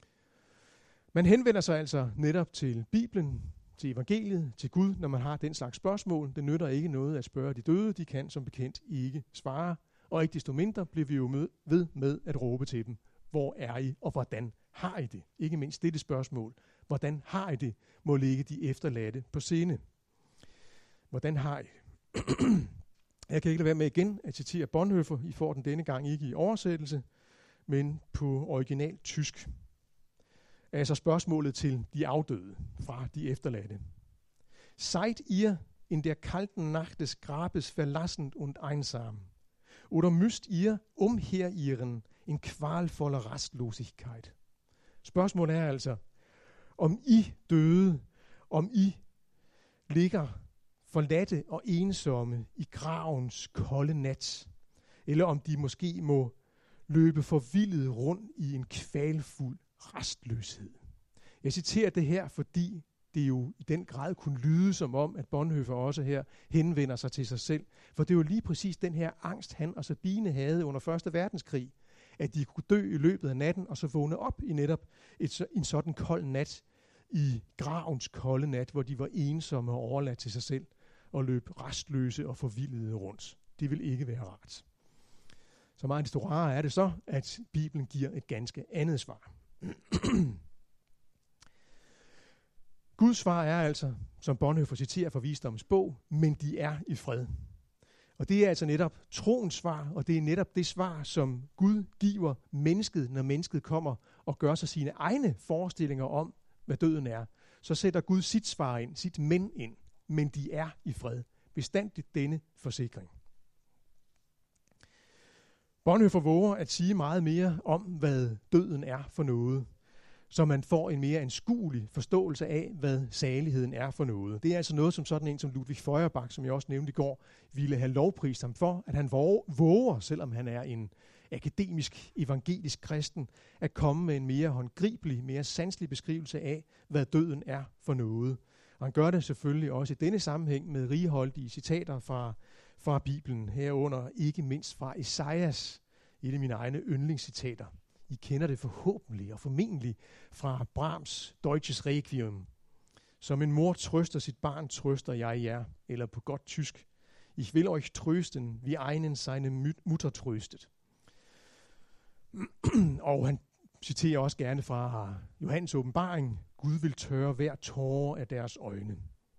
Man henvender sig altså netop til Bibelen, til evangeliet, til Gud, når man har den slags spørgsmål. Det nytter ikke noget at spørge de døde, de kan som bekendt ikke svare. Og ikke desto mindre bliver vi jo med, ved med at råbe til dem. Hvor er I, og hvordan har I det? Ikke mindst dette spørgsmål. Hvordan har I det, må ligge de efterladte på scene. Hvordan har I det? Jeg kan ikke lade være med igen at citere Bonhoeffer. I får den denne gang ikke i oversættelse, men på original tysk. Altså spørgsmålet til de afdøde fra de efterladte. Seid ihr in der kalten Nacht des Grabes verlassend und einsam? Oder müsst ihr umherirren in qualvoller Rastlosigkeit? Spørgsmålet er altså, om I døde, om I ligger forladte og ensomme i gravens kolde nat, eller om de måske må løbe forvildet rundt i en kvalfuld rastløshed. Jeg citerer det her, fordi det jo i den grad kunne lyde som om, at Bonhoeffer også her henvender sig til sig selv. For det var lige præcis den her angst, han og Sabine havde under første verdenskrig, at de kunne dø i løbet af natten, og så vågne op i netop et, en sådan kold nat, i gravens kolde nat, hvor de var ensomme og overladt til sig selv, og løb rastløse og forvildede rundt. Det vil ikke være rart. Så meget desto rarere er det så, at Bibelen giver et ganske andet svar. Guds svar er altså, som Bonhoeffer citerer fra Visdommens bog, men de er i fred. Og det er altså netop troens svar, og det er netop det svar, som Gud giver mennesket, når mennesket kommer og gør sig sine egne forestillinger om, hvad døden er. så sætter Gud sit svar ind, sit men ind. Men de er i fred. Bestandigt denne forsikring. Bonhoeffer våger at sige meget mere om, hvad døden er for noget, så man får en mere anskuelig forståelse af, hvad saligheden er for noget. Det er altså noget, som sådan en som Ludwig Feuerbach, som jeg også nævnte i går, ville have lovprist ham for, at han våger, selvom han er en akademisk, evangelisk kristen, at komme med en mere håndgribelig, mere sanselig beskrivelse af, hvad døden er for noget. Og han gør det selvfølgelig også i denne sammenhæng med righoldige citater fra, fra Bibelen, herunder ikke mindst fra Esajas, et af mine egne yndlingscitater. I kender det forhåbentlig og formentlig fra Brahms Deutsches Requiem. Som en mor trøster sit barn, trøster jeg jer, eller på godt tysk. Ich will euch trösten, wie einen seine Mutter tröstet. Og han citerer også gerne fra Johannes åbenbaring. Gud vil tørre hver tåre af deres øjne.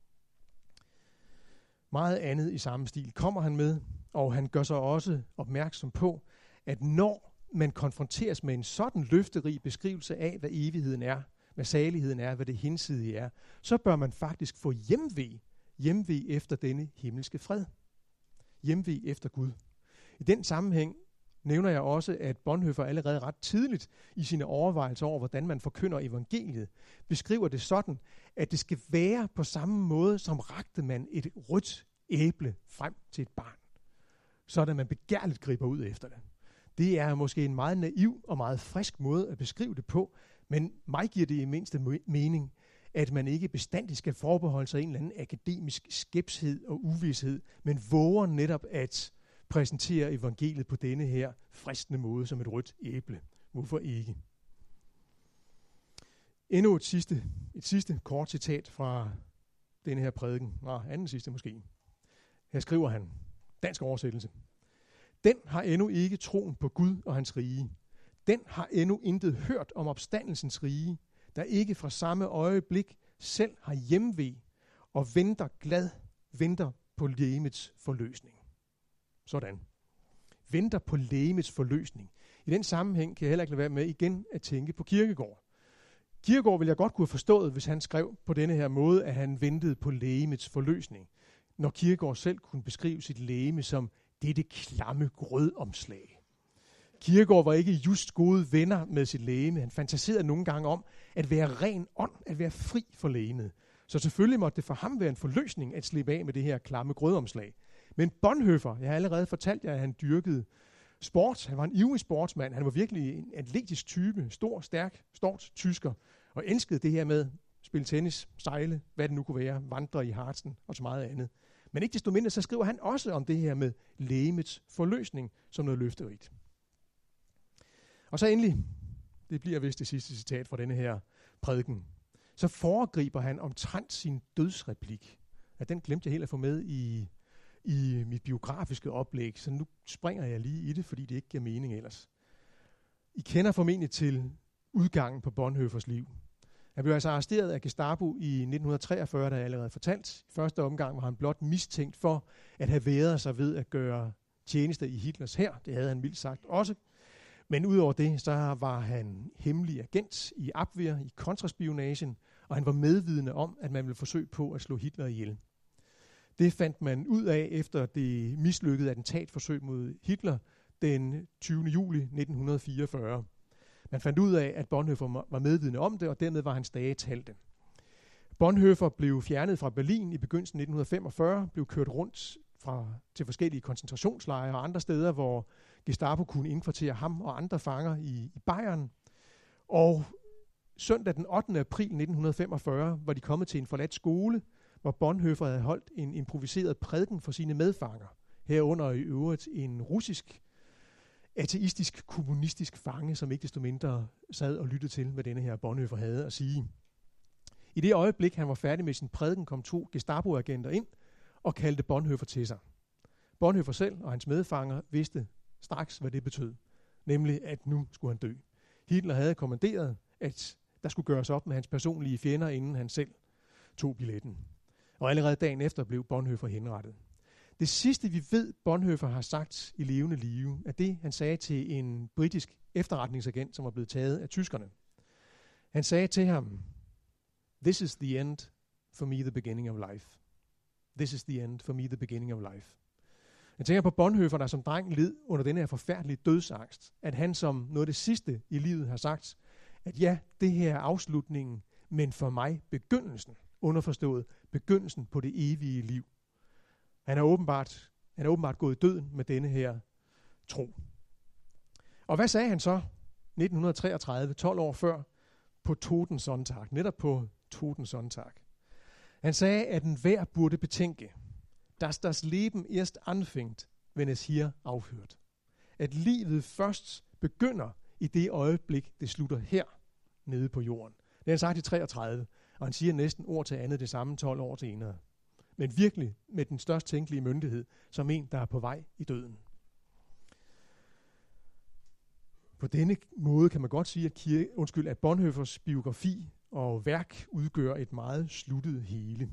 Meget andet i samme stil kommer han med, og han gør sig også opmærksom på, at når man konfronteres med en sådan løfterig beskrivelse af, hvad evigheden er, hvad saligheden er, hvad det hinsidige er, så bør man faktisk få hjemve, hjemve efter denne himmelske fred. Hjemve efter Gud. I den sammenhæng nævner jeg også, at Bonhoeffer allerede ret tidligt i sine overvejelser over, hvordan man forkynder evangeliet, beskriver det sådan, at det skal være på samme måde, som rakte man et rødt æble frem til et barn. Sådan man begærligt griber ud efter det. Det er måske en meget naiv og meget frisk måde at beskrive det på, men mig giver det i mindste mening, at man ikke bestandigt skal forbeholde sig en eller anden akademisk skepshed og uvished, men våger netop at præsentere evangeliet på denne her fristende måde som et rødt æble. Hvorfor ikke? Endnu et sidste, et sidste kort citat fra denne her prædiken. Nå, anden sidste måske. Her skriver han, dansk oversættelse. Den har endnu ikke troen på Gud og hans rige. Den har endnu intet hørt om opstandelsens rige, der ikke fra samme øjeblik selv har hjemve og venter glad, venter på legemets forløsning. Sådan. Venter på legemets forløsning. I den sammenhæng kan jeg heller ikke lade være med igen at tænke på Kierkegaard. Kierkegaard ville jeg godt kunne have forstået, hvis han skrev på denne her måde, at han ventede på legemets forløsning. Når Kierkegaard selv kunne beskrive sit legeme som dette klamme grødomslag. Kierkegaard var ikke just gode venner med sit legeme. Han fantaserede nogle gange om at være ren ånd, at være fri for legemet. Så selvfølgelig måtte det for ham være en forløsning at slippe af med det her klamme grødomslag. Men Bonhoeffer, jeg har allerede fortalt jer, at han dyrkede sport. Han var en ivrig sportsmand. Han var virkelig en atletisk type, stor, stærk, stort tysker, og elskede det her med spille tennis, sejle, hvad det nu kunne være, vandre i Harzen og så meget andet. Men ikke desto mindre, så skriver han også om det her med legemets forløsning som noget løfterigt. Og så endelig, det bliver vist det sidste citat fra denne her prædiken, så foregriber han omtrent sin dødsreplik. Ja, den glemte jeg helt at få med i, i mit biografiske oplæg, så nu springer jeg lige i det, fordi det ikke giver mening ellers. I kender formentlig til udgangen på Bonhoeffers liv. Han blev altså arresteret af Gestapo i nitten treogfyrre, der er allerede fortalt. I første omgang var han blot mistænkt for at have været sig ved at gøre tjeneste i Hitlers hær. Det havde han mildt sagt også. Men udover det, så var han hemmelig agent i Abwehr, i kontraspionagen, og han var medvidende om, at man ville forsøge på at slå Hitler ihjel. Det fandt man ud af efter det mislykkede attentatforsøg mod Hitler den tyvende juli nitten fireogfyrre. Man fandt ud af, at Bonhoeffer var medvidende om det, og dermed var hans dage talte. Bonhoeffer blev fjernet fra Berlin i begyndelsen af nitten femogfyrre, blev kørt rundt fra, til forskellige koncentrationslejre og andre steder, hvor Gestapo kunne indkvartere ham og andre fanger i, i Bayern. Og søndag den ottende april nitten femogfyrre var de kommet til en forladt skole, hvor Bonhoeffer havde holdt en improviseret prædiken for sine medfanger. Herunder i øvrigt en russisk, ateistisk, kommunistisk fange, som ikke desto mindre sad og lyttede til, hvad denne her Bonhoeffer havde at sige. I det øjeblik, han var færdig med sin prædiken, kom to Gestapo-agenter ind og kaldte Bonhoeffer til sig. Bonhoeffer selv og hans medfanger vidste straks, hvad det betød. Nemlig, at nu skulle han dø. Hitler havde kommanderet, at der skulle gøres op med hans personlige fjender, inden han selv tog billetten. Og allerede dagen efter blev Bonhoeffer henrettet. Det sidste, vi ved, Bonhoeffer har sagt i levende live, er det, han sagde til en britisk efterretningsagent, som var blevet taget af tyskerne. Han sagde til ham, This is the end, for me the beginning of life. This is the end, for me the beginning of life. Jeg tænker på Bonhoeffer, der som dreng led under den her forfærdelige dødsangst. At han som noget af det sidste i livet har sagt, at ja, det her er afslutningen, men for mig begyndelsen, underforstået, begyndelsen på det evige liv. Han er åbenbart, han er åbenbart gået i døden med denne her tro. Og hvad sagde han så nitten treogtredive, tolv år før, på Totensonntag, netop på Totensonntag? Han sagde, at enhver burde betænke, dass das Leben erst anfängt, wenn es hier aufhört. At livet først begynder i det øjeblik, det slutter her nede på jorden. Det har han sagt i treogtredive, og han siger næsten ord til andet det samme tolv år senere. Men virkelig med den størst tænkelige myndighed, som en, der er på vej i døden. På denne måde kan man godt sige, at, kirke, undskyld, at Bonhoeffers biografi og værk udgør et meget sluttet hele.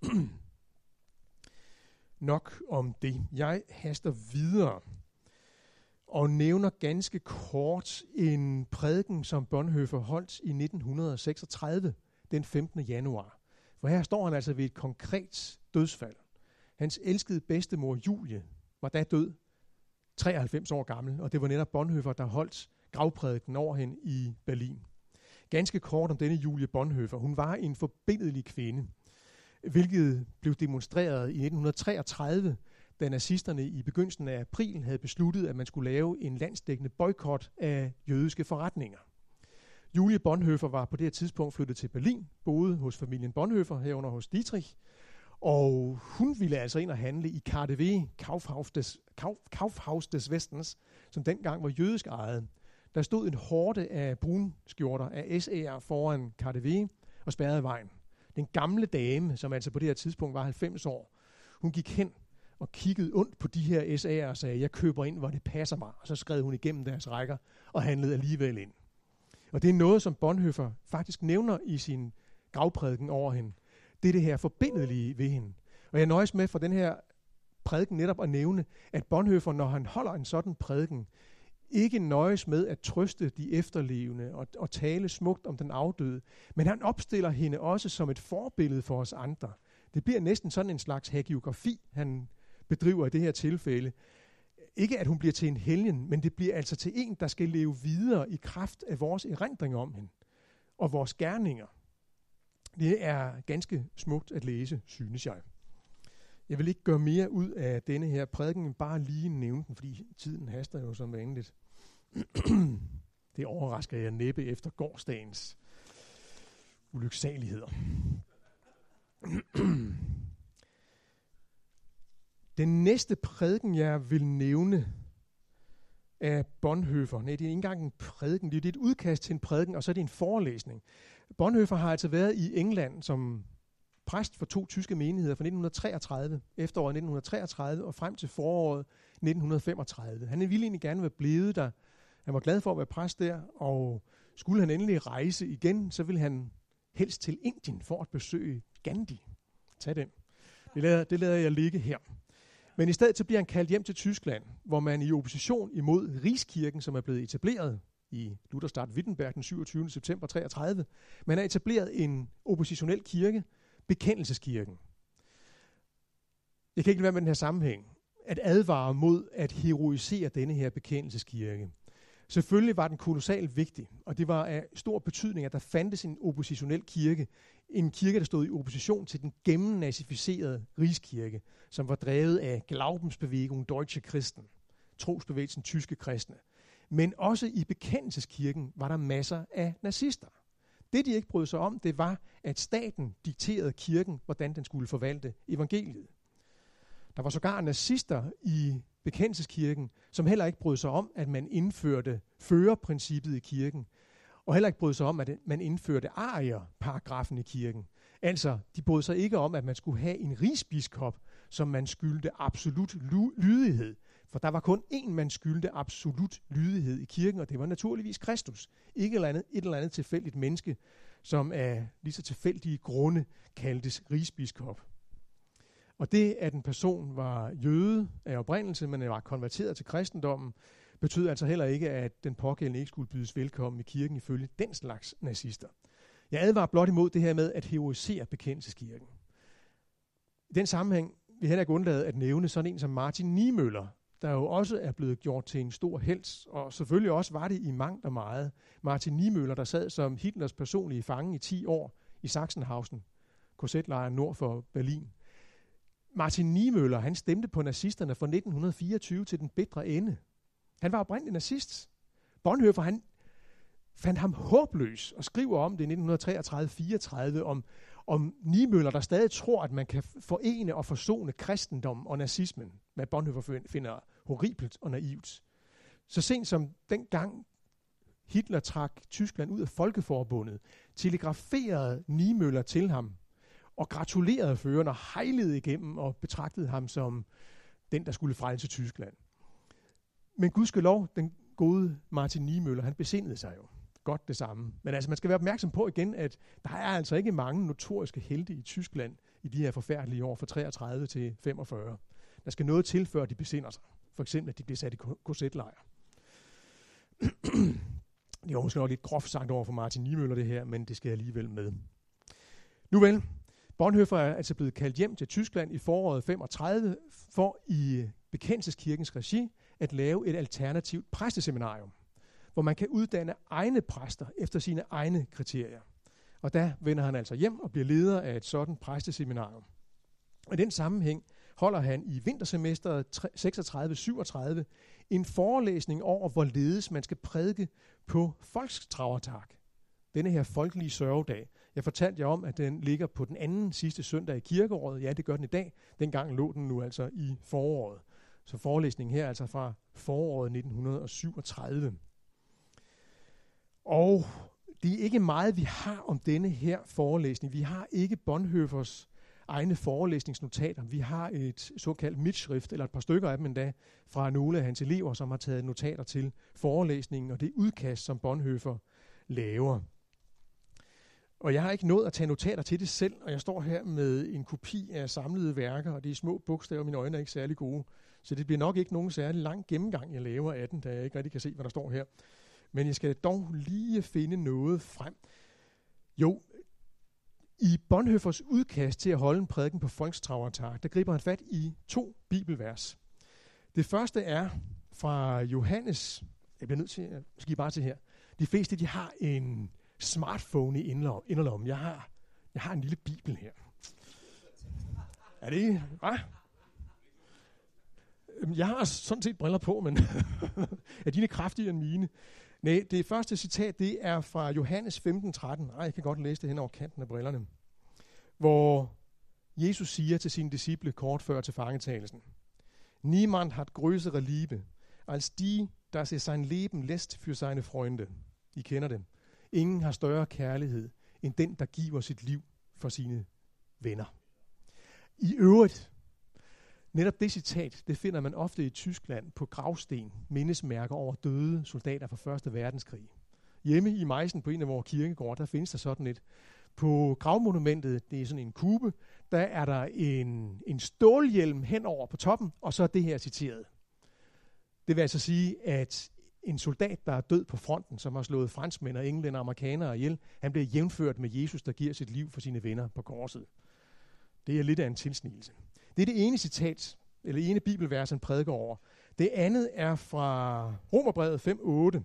Nok om det. Jeg haster videre og nævner ganske kort en prædiken, som Bonhoeffer holdt i nitten seksogtredive, den femtende januar. For her står han altså ved et konkret dødsfald. Hans elskede bedstemor Julie var da død, treoghalvfems år gammel, og det var netop Bonhoeffer, der holdt gravprædiken over hende i Berlin. Ganske kort om denne Julie Bonhoeffer. Hun var en forbilledlig kvinde, hvilket blev demonstreret i nitten treogtredive, da nazisterne i begyndelsen af april havde besluttet, at man skulle lave en landsdækkende boykot af jødiske forretninger. Julie Bonhoeffer var på det her tidspunkt flyttet til Berlin, boede hos familien Bonhoeffer, herunder hos Dietrich, og hun ville altså ind og handle i K D W, Kaufhaus des, Kauf, Kaufhaus des Westens, som dengang var jødisk ejet. Der stod en horde af brunskjorter af S Æ'er foran K D W og spærrede vejen. Den gamle dame, som altså på det her tidspunkt var halvfems år, hun gik hen og kiggede ondt på de her S A'er og sagde, jeg køber ind, hvor det passer mig. Og så skred hun igennem deres rækker og handlede alligevel ind. Og det er noget, som Bonhoeffer faktisk nævner i sin gravprædiken over hende. Det er det her forbindelige ved hende. Og jeg nøjes med for den her prædiken netop at nævne, at Bonhoeffer, når han holder en sådan prædiken, ikke nøjes med at trøste de efterlevende og, og tale smukt om den afdøde, men han opstiller hende også som et forbillede for os andre. Det bliver næsten sådan en slags hagiografi, han bedriver i det her tilfælde. Ikke at hun bliver til en helgen, men det bliver altså til en, der skal leve videre i kraft af vores erindringer om hende og vores gerninger. Det er ganske smukt at læse, synes jeg. Jeg vil ikke gøre mere ud af denne her prædiken, bare lige nævne den, fordi tiden haster jo som vanligt. Det overrasker jeg næppe efter gårsdagens ulyksaligheder. Den næste prædiken, jeg vil nævne, er Bonhoeffer. Nej, det er ikke engang en prædiken, det er et udkast til en prædiken, og så er det en forelæsning. Bonhoeffer har altså været i England som præst for to tyske menigheder fra nitten treogtredive, efteråret nitten treogtredive og frem til foråret nitten femogtredive. Han ville egentlig gerne være blevet der. Han var glad for at være præst der, og skulle han endelig rejse igen, så ville han helst til Indien for at besøge Gandhi. Tag den. Det lader, det lader jeg ligge her. Men i stedet så bliver han kaldt hjem til Tyskland, hvor man i opposition imod Rigskirken, som er blevet etableret i Lutherstadt Wittenberg den syvogtyvende september treogtredive, man har etableret en oppositionel kirke, Bekendelseskirken. Jeg kan ikke lade være med den her sammenhæng, at advare mod at heroisere denne her bekendelseskirke. Selvfølgelig var den kolossalt vigtig, og det var af stor betydning, at der fandtes en oppositionel kirke, en kirke, der stod i opposition til den gennemnazificerede Rigskirke, som var drevet af Glaubensbewegung Deutsche Christen, trosbevægelsen tyske kristne. Men også i bekendelseskirken var der masser af nazister. Det, de ikke brød sig om, det var, at staten dikterede kirken, hvordan den skulle forvalte evangeliet. Der var sågar nazister i bekendelseskirken, som heller ikke brød sig om, at man indførte førerprincippet i kirken, og heller ikke brød sig om, at man indførte arier-paragrafen i kirken. Altså, de brød sig ikke om, at man skulle have en rigsbiskop, som man skyldte absolut lydighed. For der var kun én, man skyldte absolut lydighed i kirken, og det var naturligvis Kristus. Ikke et eller andet, et eller andet tilfældigt menneske, som af lige så tilfældige grunde kaldtes rigsbiskop. Og det, at en person var jøde af oprindelse, men var konverteret til kristendommen, betød altså heller ikke, at den pågældende ikke skulle bydes velkommen i kirken ifølge den slags nazister. Jeg advarer blot imod det her med at heroisere bekendelseskirken. I den sammenhæng vil jeg heller ikke undlade at nævne sådan en som Martin Niemöller, der jo også er blevet gjort til en stor helt, og selvfølgelig også var det i mangt og meget. Martin Niemöller, der sad som Hitlers personlige fange i ti år i Sachsenhausen, K Z-lejren nord for Berlin. Martin Niemöller, han stemte på nazisterne fra nitten fireogtyve til den bitre ende. Han var oprindelig nazist. Bonhoeffer, han fandt ham håbløs og skriver om det i nitten treogtredive fireogtredive om, om Niemöller, der stadig tror, at man kan forene og forsone kristendom og nazismen, hvad Bonhoeffer finder horribelt og naivt. Så sent som dengang Hitler trak Tyskland ud af Folkeforbundet, telegraferede Niemöller til ham og gratulerede føreren og hejlede igennem og betragtede ham som den, der skulle frelse Tyskland. Men gudskelov, den gode Martin Niemöller, han besindede sig jo. Godt det samme. Men altså, man skal være opmærksom på igen, at der er altså ikke mange notoriske helte i Tyskland i de her forfærdelige år fra treogtredive til femogfyrre. Der skal noget til, før de besinder sig. For eksempel, at de bliver sat i K Z-lejr. Det var måske nok lidt groft sagt over for Martin Niemöller det her, men det skal jeg alligevel med. Nu vel, Bonhoeffer er altså blevet kaldt hjem til Tyskland i foråret femogtredive for i Bekendelseskirkens regi at lave et alternativt præsteseminarium, hvor man kan uddanne egne præster efter sine egne kriterier. Og der vender han altså hjem og bliver leder af et sådan præsteseminarium. Og i den sammenhæng holder han i vintersemesteret seksogtredive syvogtredive en forelæsning over, hvorledes man skal prædike på Volkstrauertag. Denne her folkelige sørgedag. Jeg fortalte jer om, at den ligger på den anden sidste søndag i kirkeåret. Ja, det gør den i dag. Dengang lå den nu altså i foråret. Så forelæsningen her er altså fra foråret nitten syvogtredive. Og det er ikke meget, vi har om denne her forelæsning. Vi har ikke Bonhoeffers egne forelæsningsnotater. Vi har et såkaldt mitschrift, eller et par stykker af dem endda, fra nogle af hans elever, som har taget notater til forelæsningen, og det udkast, som Bonhoeffer laver. Og jeg har ikke nået at tage notater til det selv, og jeg står her med en kopi af samlede værker, og det er små bogstaver, mine øjne er ikke særlig gode. Så det bliver nok ikke nogen særlig lang gennemgang, jeg laver af den, da jeg ikke rigtig kan se, hvad der står her. Men jeg skal dog lige finde noget frem. Jo, i Bonhoeffers udkast til at holde en prædiken på Volkstrauertag, der griber han fat i to bibelvers. Det første er fra Johannes. Jeg bliver nødt til at skifte bare til her. De fleste, de har en smartphone i inderlommen. Jeg har, jeg har en lille bibel her. Er det ikke? Hvad? Jeg har sådan set briller på, men er dine kraftigere end mine? Nej, det første citat, det er fra Johannes femten tretten. Ej, jeg kan godt læse det hen over kanten af brillerne. Hvor Jesus siger til sine disciple kort før til fangetagelsen: Niemand hat größere Liebe, als die, dass er sein Leben lässt für seine Freunde. I kender det. Ingen har større kærlighed, end den, der giver sit liv for sine venner. I øvrigt, netop det citat, det finder man ofte i Tyskland på gravsten, mindesmærker over døde soldater fra første verdenskrig. Hjemme i Meissen på en af vores kirkegårde, der findes der sådan et. På gravmonumentet, det er sådan en kube, der er der en, en stålhjelm henover på toppen, og så er det her citeret. Det vil altså sige, at en soldat, der er død på fronten, som har slået franskmænd og englænder og amerikanere ihjel, han bliver jævnført med Jesus, der giver sit liv for sine venner på korset. Det er lidt af en tilsnigelse. Det er det ene citat, eller ene bibelvers, han prædiker over. Det andet er fra Romerbrevet fem otte.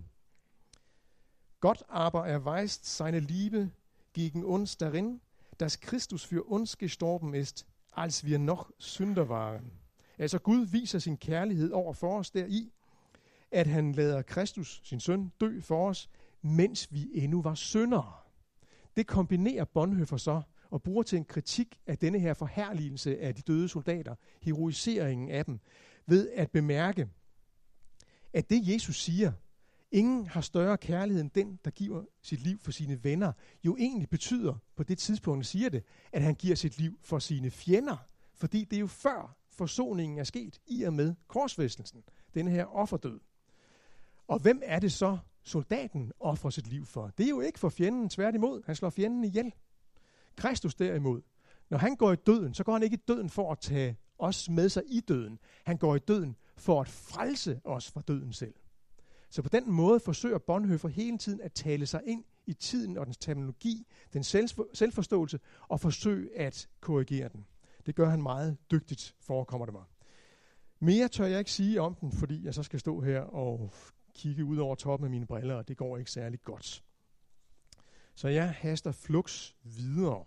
Gott aber erweist seine Liebe gegen uns darin, dass Christus für uns gestorben ist, als wir noch Sünder waren. Altså Gud viser sin kærlighed over for os deri, at han lader Kristus, sin søn, dø for os, mens vi endnu var syndere. Det kombinerer Bonhoeffer så og bruger til en kritik af denne her forherligelse af de døde soldater, heroiseringen af dem, ved at bemærke, at det Jesus siger, ingen har større kærlighed end den, der giver sit liv for sine venner, jo egentlig betyder, på det tidspunkt siger det, at han giver sit liv for sine fjender, fordi det er jo før forsoningen er sket i og med korsfæstelsen, denne her offerdød. Og hvem er det så, soldaten offrer sit liv for? Det er jo ikke for fjenden, tværtimod. Han slår fjenden ihjel. Kristus derimod, når han går i døden, så går han ikke i døden for at tage os med sig i døden. Han går i døden for at frelse os fra døden selv. Så på den måde forsøger Bonhoeffer hele tiden at tale sig ind i tiden og dens terminologi, den selv- selvforståelse, og forsøge at korrigere den. Det gør han meget dygtigt, forekommer det mig. Mere tør jeg ikke sige om den, fordi jeg så skal stå her og kigge ud over toppen af mine briller, og det går ikke særlig godt. Så jeg haster flux videre.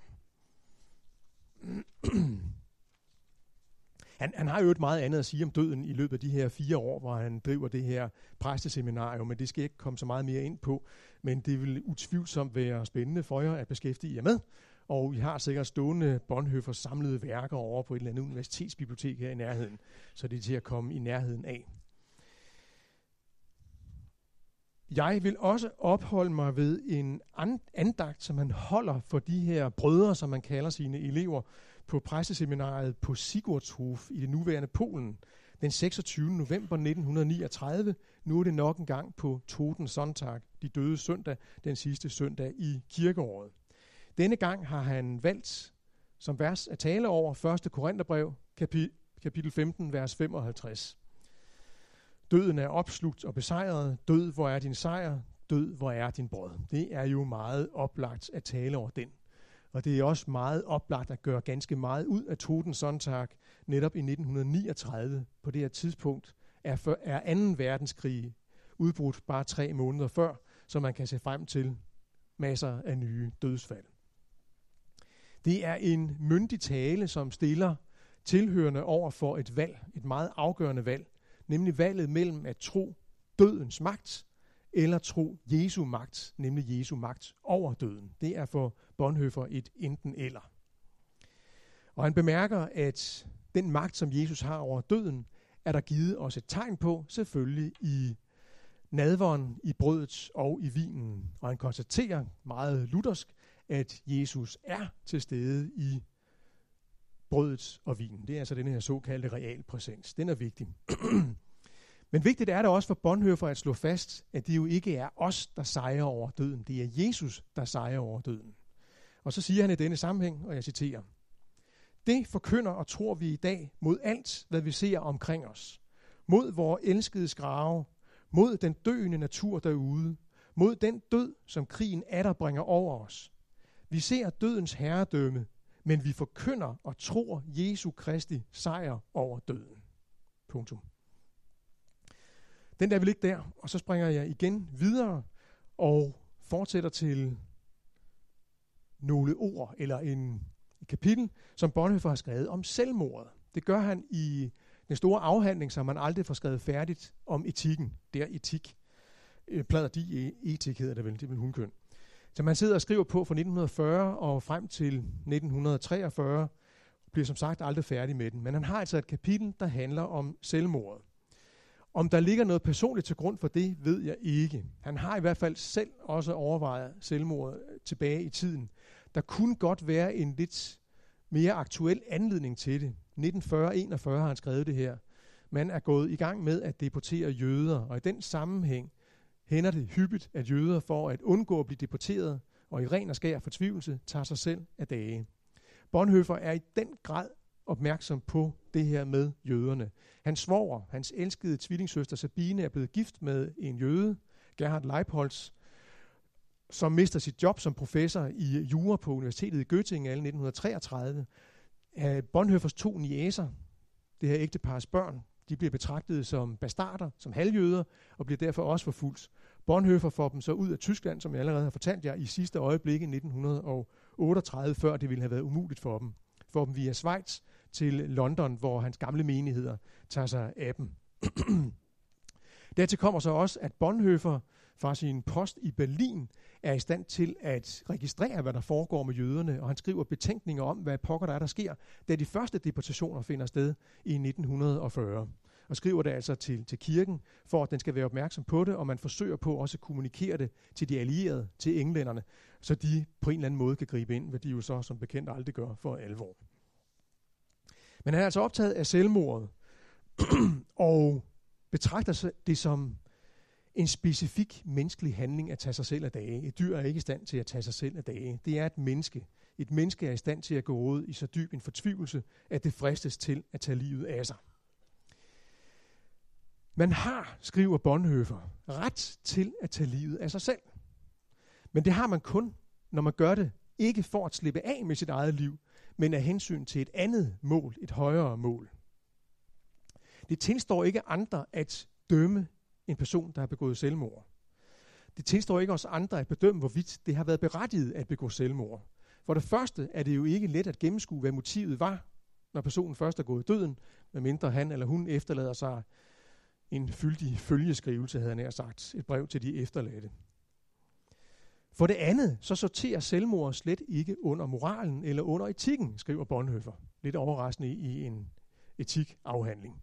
Han, han har jo et meget andet at sige om døden i løbet af de her fire år, hvor han driver det her præsteseminarium, men det skal jeg ikke komme så meget mere ind på. Men det vil utvivlsomt være spændende for jer at beskæftige jer med. Og vi har sikkert stående Bonhoeffers samlede værker over på et eller andet universitetsbibliotek her i nærheden, så det er til at komme i nærheden af. Jeg vil også opholde mig ved en andagt, som han holder for de her brødre, som man kalder sine elever, på præsteseminariet på Sigurdshof i det nuværende Polen, den seksogtyvende november nitten niogtredive. Nu er det nok en gang på Totensonntag, de døde søndag, den sidste søndag i kirkeåret. Denne gang har han valgt som vers at tale over første Korintherbrev, kapi- kapitel femten, vers femoghalvtreds. Døden er opslugt og besejret. Død, hvor er din sejr? Død, hvor er din brød? Det er jo meget oplagt at tale over den. Og det er også meget oplagt at gøre ganske meget ud af Totensonntag netop i nitten niogtredive. På det her tidspunkt er, for, er anden verdenskrig udbrudt bare tre måneder før, så man kan se frem til masser af nye dødsfald. Det er en myndig tale, som stiller tilhørende over for et valg, et meget afgørende valg, nemlig valget mellem at tro dødens magt eller tro Jesu magt, nemlig Jesu magt over døden. Det er for Bonhoeffer et enten eller. Og han bemærker, at den magt, som Jesus har over døden, er der givet os et tegn på, selvfølgelig i nadveren, i brødet og i vinen. Og han konstaterer meget luthersk, at Jesus er til stede i brødet og vinen. Det er altså den her såkaldte realpræsens. Den er vigtig. Men vigtigt er det også for Bonhoeffer at slå fast, at det jo ikke er os, der sejrer over døden. Det er Jesus, der sejrer over døden. Og så siger han i denne sammenhæng, og jeg citerer: Det forkynder og tror vi i dag mod alt, hvad vi ser omkring os. Mod vores elskede grave, mod den døende natur derude, mod den død, som krigen atter bringer over os. Vi ser dødens herredømme, men vi forkynder og tror Jesu Kristi sejr over døden. Punktum. Den der vil ligge der, og så springer jeg igen videre og fortsætter til nogle ord, eller en et kapitel, som Bonhoeffer har skrevet om selvmordet. Det gør han i den store afhandling, som man aldrig får skrevet færdigt, om etikken. Det er etik. Plader de etik hedder det vel, det er vel hundkøn. Så man sidder og skriver på fra nitten fyrre og frem til nitten treogfyrre, bliver som sagt aldrig færdig med den. Men han har altså et kapitel, der handler om selvmordet. Om der ligger noget personligt til grund for det, ved jeg ikke. Han har i hvert fald selv også overvejet selvmordet tilbage i tiden. Der kunne godt være en lidt mere aktuel anledning til det. nitten fyrre til enogfyrre har han skrevet det her. Man er gået i gang med at deportere jøder, og i den sammenhæng hænder det hyppigt, at jøder for at undgå at blive deporteret, og i ren og skær fortvivlelse, tager sig selv af dage. Bonhoeffer er i den grad opmærksom på det her med jøderne. Hans svoger, hans elskede tvillingssøster Sabine, er blevet gift med en jøde, Gerhard Leipholtz, som mister sit job som professor i jura på Universitetet i Göttingen i nitten treogtredive. Bonhoeffers to niecer, det her ægtepars børn, de bliver betragtet som bastarder, som halvjøder, og bliver derfor også forfulgt. Bonhoeffer får dem så ud af Tyskland, som jeg allerede har fortalt jer, i sidste øjeblik i nitten otteogtredive, før det ville have været umuligt for dem. Får dem via Schweiz til London, hvor hans gamle menigheder tager sig af dem. Dertil kommer så også, at Bonhoeffer fra sin post i Berlin er i stand til at registrere, hvad der foregår med jøderne, og han skriver betænkninger om, hvad pokker der er, der sker, da de første deportationer finder sted i nitten fyrre. Og skriver det altså til, til kirken, for at den skal være opmærksom på det, og man forsøger på også at kommunikere det til de allierede, til englænderne, så de på en eller anden måde kan gribe ind, hvad de jo så som bekendt aldrig gør for alvor. Men han er altså optaget af selvmordet, og betragter det som en specifik menneskelig handling at tage sig selv af dage. Et dyr er ikke i stand til at tage sig selv af dage. Det er et menneske. Et menneske er i stand til at gå ud i så dyb en fortvivlelse, at det fristes til at tage livet af sig. Man har, skriver Bonhoeffer, ret til at tage livet af sig selv. Men det har man kun, når man gør det, ikke for at slippe af med sit eget liv, men af hensyn til et andet mål, et højere mål. Det tilstår ikke andre at dømme en person, der har begået selvmord. Det tilstår ikke os andre at bedømme, hvorvidt det har været berettiget at begå selvmord. For det første er det jo ikke let at gennemskue, hvad motivet var, når personen først er gået i døden, medmindre han eller hun efterlader sig en fyldig følgeskrivelse, havde han nær sagt, et brev til de efterladte. For det andet, så sorterer selvmord slet ikke under moralen eller under etikken, skriver Bonhoeffer. Lidt overraskende i en etikafhandling.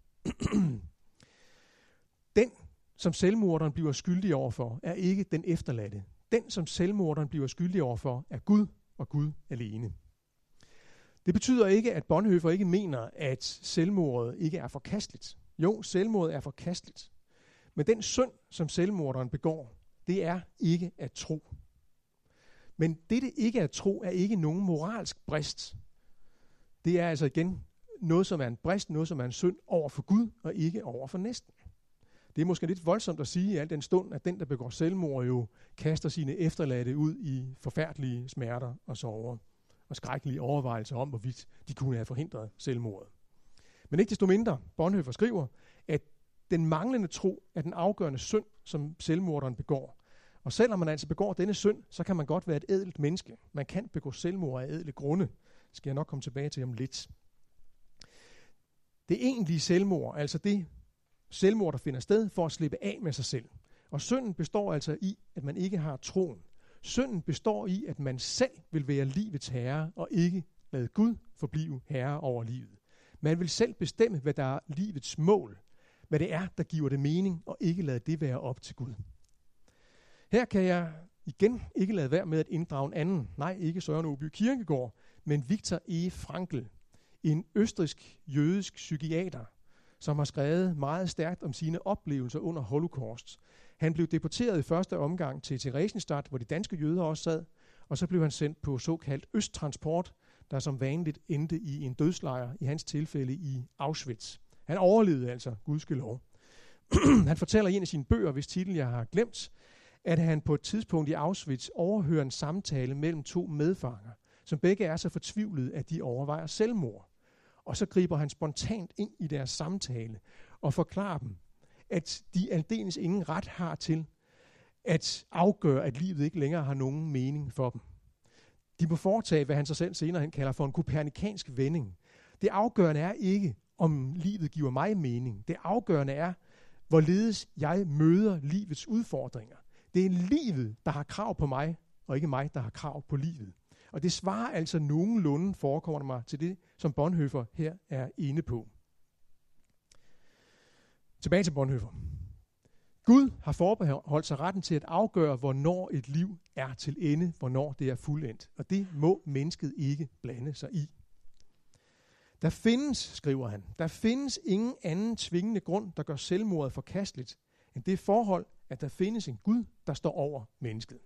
Den, som selvmorderen bliver skyldig overfor, er ikke den efterladte. Den, som selvmorderen bliver skyldig overfor, er Gud og Gud alene. Det betyder ikke, at Bonhoeffer ikke mener, at selvmordet ikke er forkasteligt. Jo, selvmordet er forkasteligt. Men den synd, som selvmorderen begår, det er ikke at tro. Men dette ikke at tro er ikke nogen moralsk brist. Det er altså igen noget, som er en brist, noget, som er en synd over for Gud og ikke over for næsten. Det er måske lidt voldsomt at sige i al den stund, at den, der begår selvmord, jo kaster sine efterladte ud i forfærdelige smerter og sorger og skrækkelige overvejelser om, hvorvidt de kunne have forhindret selvmordet. Men ikke desto mindre, Bonhoeffer skriver, at den manglende tro er den afgørende synd, som selvmorderen begår. Og selvom man altså begår denne synd, så kan man godt være et ædelt menneske. Man kan begå selvmord af ædle grunde. Det skal jeg nok komme tilbage til om lidt. Det egentlige selvmord, altså det selvmord, der finder sted for at slippe af med sig selv. Og synden består altså i, at man ikke har troen. Synden består i, at man selv vil være livets herre, og ikke lade Gud forblive herre over livet. Man vil selv bestemme, hvad der er livets mål, hvad det er, der giver det mening, og ikke lade det være op til Gud. Her kan jeg igen ikke lade være med at inddrage en anden, nej ikke Søren Åby Kierkegaard, men Viktor E. Frankl, en østrigsk-jødisk psykiater, som har skrevet meget stærkt om sine oplevelser under Holocaust. Han blev deporteret i første omgang til Theresienstadt, hvor de danske jøder også sad, og så blev han sendt på såkaldt østtransport, der som vanligt endte i en dødslejr, i hans tilfælde i Auschwitz. Han overlevede altså, gudskelov. Han fortæller i en af sine bøger, hvis titel jeg har glemt, at han på et tidspunkt i Auschwitz overhører en samtale mellem to medfanger, som begge er så fortvivlede, at de overvejer selvmord. Og så griber han spontant ind i deres samtale og forklarer dem, at de aldeles ingen ret har til at afgøre, at livet ikke længere har nogen mening for dem. De må foretage, hvad han så selv senere hen kalder for en kopernikansk vending. Det afgørende er ikke, om livet giver mig mening. Det afgørende er, hvorledes jeg møder livets udfordringer. Det er livet, der har krav på mig, og ikke mig, der har krav på livet. Og det svarer altså nogenlunde, forekommer mig, til det, som Bonhoeffer her er inde på. Tilbage til Bonhoeffer. Gud har forbeholdt sig retten til at afgøre, hvornår et liv er til ende, hvornår det er fuldendt. Og det må mennesket ikke blande sig i. Der findes, skriver han, der findes ingen anden tvingende grund, der gør selvmordet forkasteligt, end det forhold, at der findes en Gud, der står over mennesket.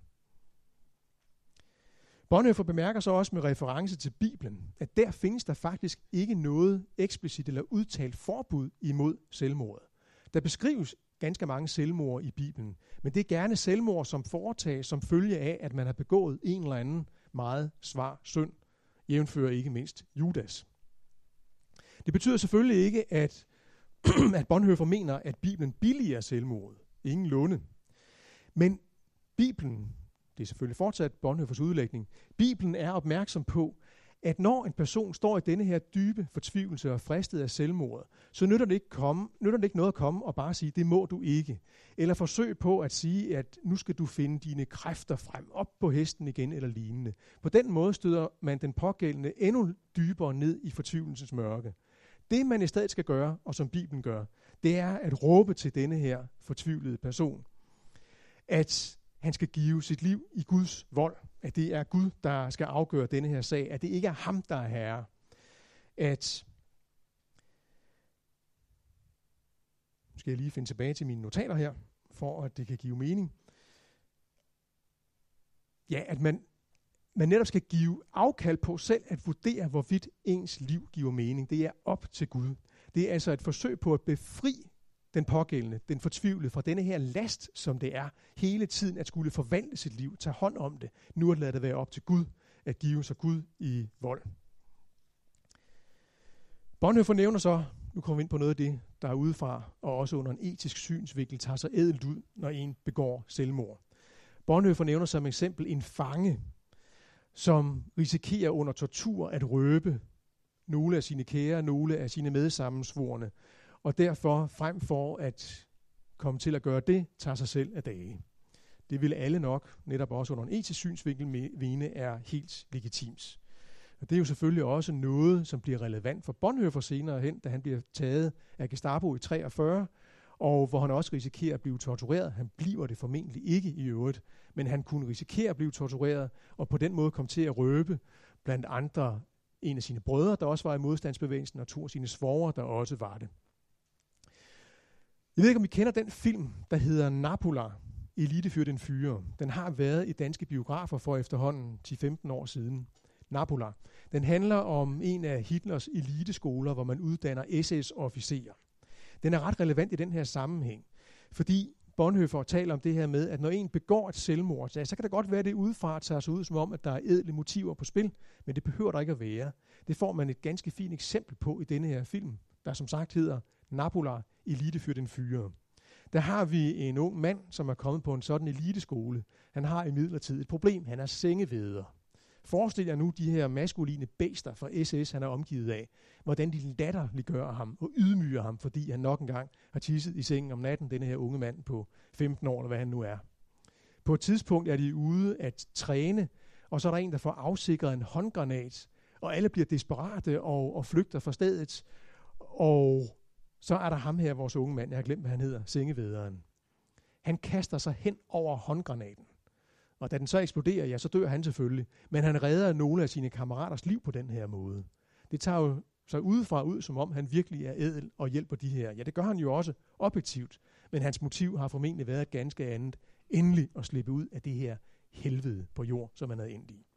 Bonhoeffer bemærker så også med reference til Bibelen, at der findes der faktisk ikke noget eksplicit eller udtalt forbud imod selvmordet. Der beskrives ganske mange selvmord i Bibelen, men det er gerne selvmord, som foretages som følge af, at man har begået en eller anden meget svar synd, jævnfører ikke mindst Judas. Det betyder selvfølgelig ikke, at, at Bonhoeffer mener, at Bibelen billiger selvmordet. Ingen lunde. Men Bibelen, det er selvfølgelig fortsat Bonhoeffers udlægning, Bibelen er opmærksom på, at når en person står i denne her dybe fortvivlelse og fristet af selvmordet, så nytter det, ikke komme, nytter det ikke noget at komme og bare sige, det må du ikke. Eller forsøg på at sige, at nu skal du finde dine kræfter frem, op på hesten igen eller lignende. På den måde støder man den pågældende endnu dybere ned i fortvivlelsens mørke. Det man i stedet skal gøre, og som Bibelen gør, det er at råbe til denne her fortvivlede person, at han skal give sit liv i Guds vold, at det er Gud, der skal afgøre denne her sag, at det ikke er ham, der er herre, at nu skal jeg lige finde tilbage til mine notater her, for at det kan give mening. Ja, at man, man netop skal give afkald på selv at vurdere, hvorvidt ens liv giver mening. Det er op til Gud. Det er altså et forsøg på at befri den pågældende, den fortvivlede, fra denne her last, som det er, hele tiden at skulle forvandle sit liv, tage hånd om det, nu at lade det være op til Gud, at give sig Gud i vold. Bonhoeffer nævner så, nu kommer vi ind på noget af det, der er udefra, og også under en etisk synsvinkel, tager sig ædelt ud, når en begår selvmord. Bonhoeffer nævner som eksempel en fange, som risikerer under tortur at røbe nogle af sine kære, nogle af sine medsammensvorne, og derfor frem for at komme til at gøre det, tager sig selv af dage. Det vil alle nok, netop også under en etisk synsvinkel, mene er helt legitimt. Og det er jo selvfølgelig også noget, som bliver relevant for Bonhoeffer senere hen, da han bliver taget af Gestapo i treogfyrre, og hvor han også risikerer at blive tortureret. Han bliver det formentlig ikke i øvrigt, men han kunne risikere at blive tortureret, og på den måde komme til at røbe blandt andre en af sine brødre, der også var i modstandsbevægelsen, og to af sine svogre, der også var det. Jeg ved ikke, om I kender den film, der hedder Napola, Elite für den Führer. Den har været i danske biografer for efterhånden ti til femten år siden. Napola. Den handler om en af Hitlers eliteskoler, hvor man uddanner S S-officerer. Den er ret relevant i den her sammenhæng, fordi Bonhoeffer taler om det her med, at når en begår et selvmord, så kan det godt være, at det udefra tager sig ud som om, at der er ædle motiver på spil, men det behøver der ikke at være. Det får man et ganske fint eksempel på i denne her film, der som sagt hedder Napola, Elite für den Führer. Der har vi en ung mand, som er kommet på en sådan eliteskole. Han har imidlertid et problem. Han er sengeveder. Forestil jer nu de her maskuline bæster fra S S, han er omgivet af, hvordan de latterliggør ham og ydmyger ham, fordi han nok engang har tisset i sengen om natten, denne her unge mand på femten år, eller hvad han nu er. På et tidspunkt er de ude at træne, og så er der en, der får afsikret en håndgranat, og alle bliver desperate og, og flygter fra stedet, og så er der ham her, vores unge mand, jeg har glemt, hvad han hedder, sengevederen. Han kaster sig hen over håndgranaten. Og da den så eksploderer, ja, så dør han selvfølgelig. Men han redder nogle af sine kammeraters liv på den her måde. Det tager jo sig udefra ud, som om han virkelig er ædel og hjælper de her. Ja, det gør han jo også objektivt. Men hans motiv har formentlig været ganske andet. Endelig at slippe ud af det her helvede på jord, som han er endt i.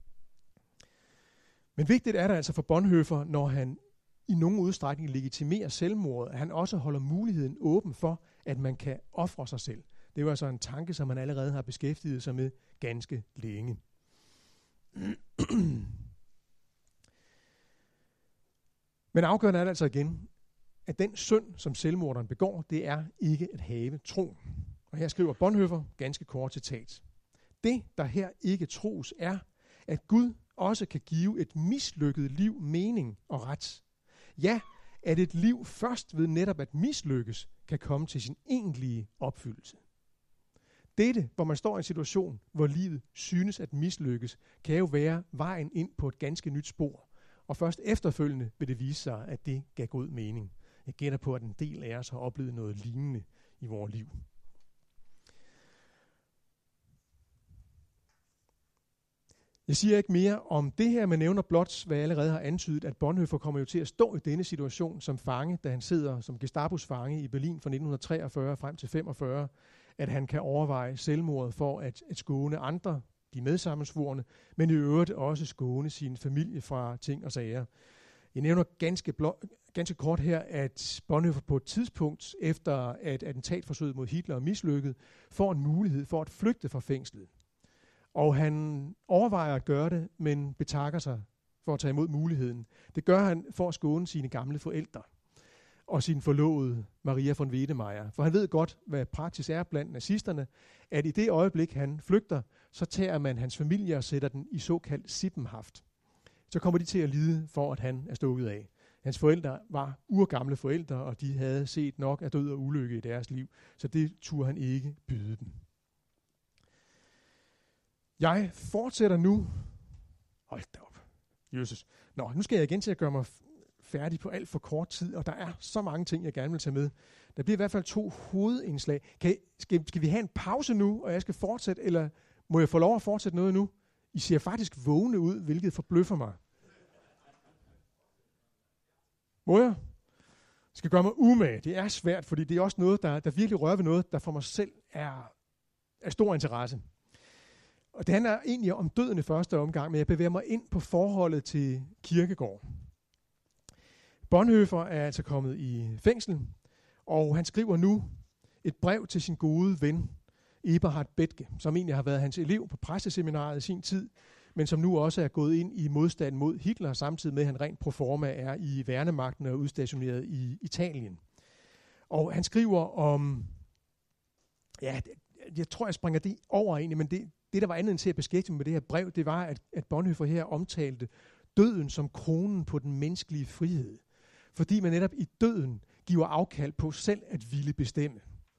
Men vigtigt er det altså for Bonhoeffer, når han i nogen udstrækning legitimerer selvmordet, at han også holder muligheden åben for, at man kan ofre sig selv. Det var altså en tanke, som man allerede har beskæftiget sig med ganske længe. Men afgørende er det altså igen, at den synd, som selvmorderen begår, det er ikke at have tro. Og her skriver Bonhoeffer ganske kort citat. Det, der her ikke tros, er, at Gud også kan give et mislykket liv mening og ret. Ja, at et liv først ved netop at mislykkes, kan komme til sin egentlige opfyldelse. Dette, hvor man står i en situation, hvor livet synes at mislykkes, kan jo være vejen ind på et ganske nyt spor. Og først efterfølgende vil det vise sig, at det gav god mening. Jeg gætter på, at en del af os har oplevet noget lignende i vores liv. Jeg siger ikke mere om det her, men nævner blot, hvad jeg allerede har antydet, at Bonhoeffer kommer jo til at stå i denne situation som fange, da han sidder som Gestapos fange i Berlin fra nitten treogfyrre frem til femogfyrre, at han kan overveje selvmordet for at, at skåne andre, de medsammensvorne, men i øvrigt også skåne sin familie fra ting og sager. Jeg nævner ganske, blot, ganske kort her, at Bonhoeffer på et tidspunkt, efter at attentatforsøget mod Hitler er mislykket, får en mulighed for at flygte fra fængslet. Og han overvejer at gøre det, men betakker sig for at tage imod muligheden. Det gør han for at skåne sine gamle forældre og sin forlovede Maria von Wedemeyer. For han ved godt, hvad praksis er blandt nazisterne, at i det øjeblik, han flygter, så tager man hans familie og sætter den i såkaldt sippenhaft. Så kommer de til at lide for, at han er stukket af. Hans forældre var urgamle forældre, og de havde set nok af død og ulykke i deres liv, så det turde han ikke byde dem. Jeg fortsætter nu. Hold da op. Jesus. Nå, nu skal jeg igen til at gøre mig færdig på alt for kort tid, og der er så mange ting, jeg gerne vil tage med. Der bliver i hvert fald to hovedindslag. Kan I, skal, skal vi have en pause nu, og jeg skal fortsætte, eller må jeg få lov at fortsætte noget nu? I ser faktisk vågne ud, hvilket forbløffer mig. Må jeg? Jeg skal gøre mig umage. Det er svært, fordi det er også noget, der, der virkelig rører ved noget, der for mig selv er af stor interesse. Og det handler egentlig om døden i første omgang, men jeg bevæger mig ind på forholdet til Kierkegaard. Bonhoeffer er altså kommet i fængsel, Og han skriver nu et brev til sin gode ven, Eberhard Bethge, som egentlig har været hans elev på præsteseminaret i sin tid, men som nu også er gået ind i modstand mod Hitler, samtidig med at han rent pro forma er i værnemagten og udstationeret i Italien. Og han skriver om, ja, jeg tror, jeg springer det over egentlig, men det, det der var andet til at beskæftige mig med det her brev, det var, at, at Bonhoeffer her omtalte døden som kronen på den menneskelige frihed. Fordi man netop i døden giver afkald på selv at ville bestemme.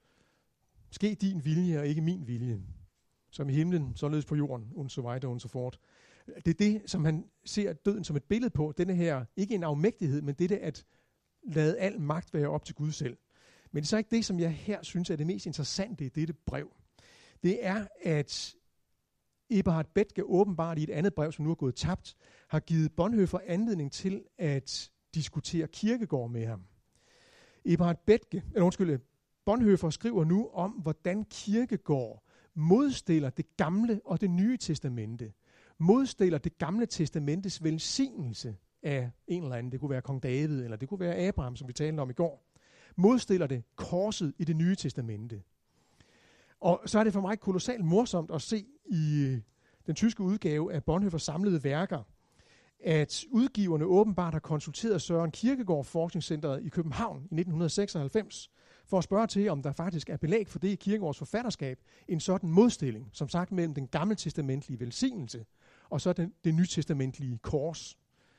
Ske din vilje og ikke min vilje. Som i himlen, således på jorden, und so weiter und so fort. Det er det, som han ser døden som et billede på. Denne her, ikke en afmægtighed, men dette at lade al magt være op til Gud selv. Men det er så ikke det, som jeg her synes er det mest interessante i dette brev. Det er, at Eberhard Bethge åbenbart i et andet brev, som nu er gået tabt, har givet Bonhoeffer anledning til at diskutere Kierkegaard med ham. Eberhard Bethge, eller undskyld, Bonhoeffer skriver nu om, hvordan Kierkegaard modstiller det gamle og det nye testamente. Modstiller det gamle testamentes velsignelse af en eller anden. Det kunne være kong David, eller det kunne være Abraham, som vi talte om i går. Modstiller det korset i det nye testamente. Og så er det for mig kolossalt morsomt at se i den tyske udgave af Bonhoeffers samlede værker, at udgiverne åbenbart har konsulteret Søren Kierkegaard Forskningscentret i København i nitten seksoghalvfems, for at spørge til, om der faktisk er belæg for det i Kierkegaards forfatterskab, en sådan modstilling, som sagt mellem den gamle testamentlige velsignelse og så den, det nytestamentlige kors.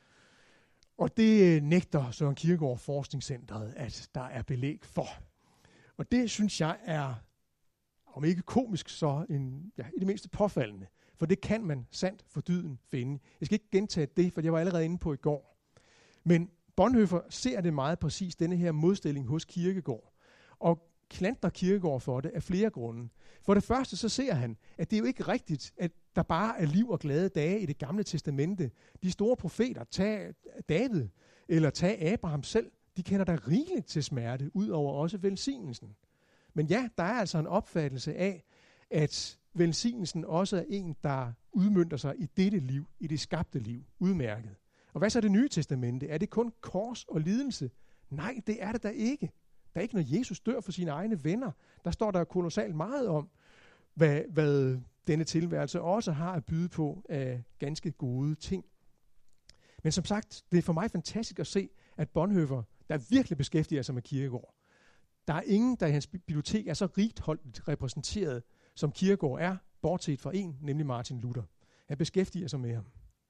Og det nægter Søren Kierkegaard Forskningscentret, at der er belæg for. Og det synes jeg er, om ikke komisk, så en, ja, i det mindste påfaldende. For det kan man sandt for dyden finde. Jeg skal ikke gentage det, for jeg var allerede inde på i går. Men Bonhoeffer ser det meget præcis, denne her modstilling hos Kierkegaard. Og klandrer Kierkegaard for det af flere grunde. For det første så ser han, at det er jo ikke rigtigt, at der bare er liv og glade dage i det gamle testamente. De store profeter, tag David eller tag Abraham selv, de kender der rigeligt til smerte, ud over også velsignelsen. Men ja, der er altså en opfattelse af, at velsignelsen også er en, der udmønter sig i dette liv, i det skabte liv, udmærket. Og hvad så er det nye testamente? Er det kun kors og lidelse? Nej, det er det da ikke. Der er ikke, når Jesus dør for sine egne venner. Der står der kolossalt meget om, hvad, hvad denne tilværelse også har at byde på af ganske gode ting. Men som sagt, det er for mig fantastisk at se, at Bonhoeffer, der virkelig beskæftiger sig med Kierkegaard. Der er ingen, der i hans bibliotek er så rigt holdt repræsenteret, som Kierkegaard er, bortset fra en, nemlig Martin Luther. Han beskæftiger sig med ham.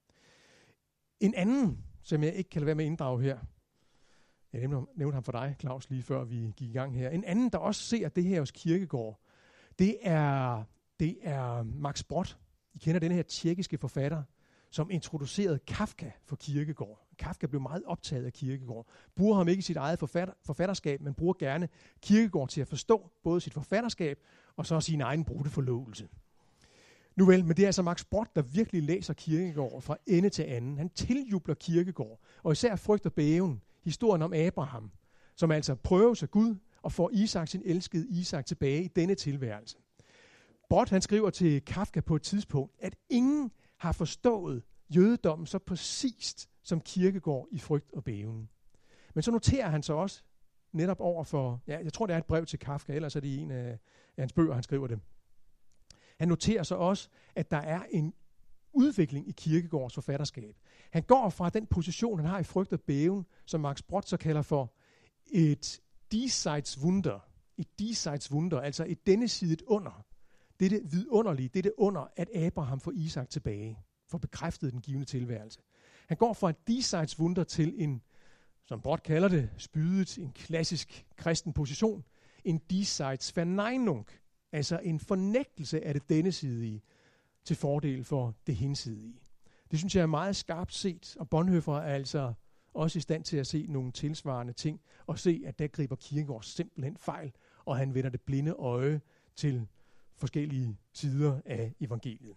En anden, som jeg ikke kan lade være med at inddrage her, jeg nævnte ham for dig, Claus, lige før vi gik i gang her. En anden, der også ser det her hos Kierkegaard, det er, det er Max Brod. I kender denne her tjekkiske forfatter, som introducerede Kafka for Kierkegaard. Kafka blev meget optaget af Kierkegaard. Bruger ham ikke i sit eget forfatter, forfatterskab, men bruger gerne Kierkegaard til at forstå både sit forfatterskab og så sin egen brudte forlovelse. Nu vel, men det er altså Max Brod, der virkelig læser Kierkegaard fra ende til anden. Han tiljubler Kierkegaard, og især Frygt og Bæven, historien om Abraham, som altså prøves af Gud og får Isak, sin elskede Isak, tilbage i denne tilværelse. Brod, han skriver til Kafka på et tidspunkt, at ingen har forstået jødedommen så præcist som Kierkegaard i Frygt og Bæven. Men så noterer han så også netop over for, ja, jeg tror det er et brev til Kafka, ellers er det en af, af hans bøger, han skriver det. Han noterer så også, at der er en udvikling i Kierkegaards forfatterskab. Han går fra den position, han har i Frygt og Bæven, som Max Brod så kalder for et diesseitswunder. Et diesseitswunder, altså et dennesidigt under. Det er det vidunderlige, det er det under, at Abraham får Isak tilbage, for bekræftet den givende tilværelse. Han går fra et diesseitswunder til en, som Brod kalder det, spydet, en klassisk kristen position, en diesseitsverneinung, altså en fornægtelse af det dennesidige til fordel for det hinsidige. Det synes jeg er meget skarpt set, og Bonhoeffer er altså også i stand til at se nogle tilsvarende ting, og se, at der griber Kierkegaard simpelthen fejl, og han vender det blinde øje til forskellige sider af evangeliet.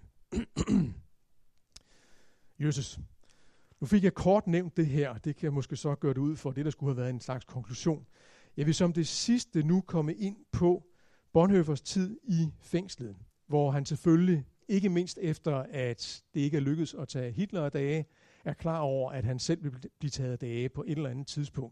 Jesus. Nu fik jeg kort nævnt det her, det kan jeg måske så gøre det ud for det, der skulle have været en slags konklusion. Jeg vil som det sidste nu komme ind på Bonhoeffers tid i fængslet, hvor han selvfølgelig, ikke mindst efter at det ikke er lykkedes at tage Hitler af dage, er klar over, at han selv vil blive taget af dage på et eller andet tidspunkt.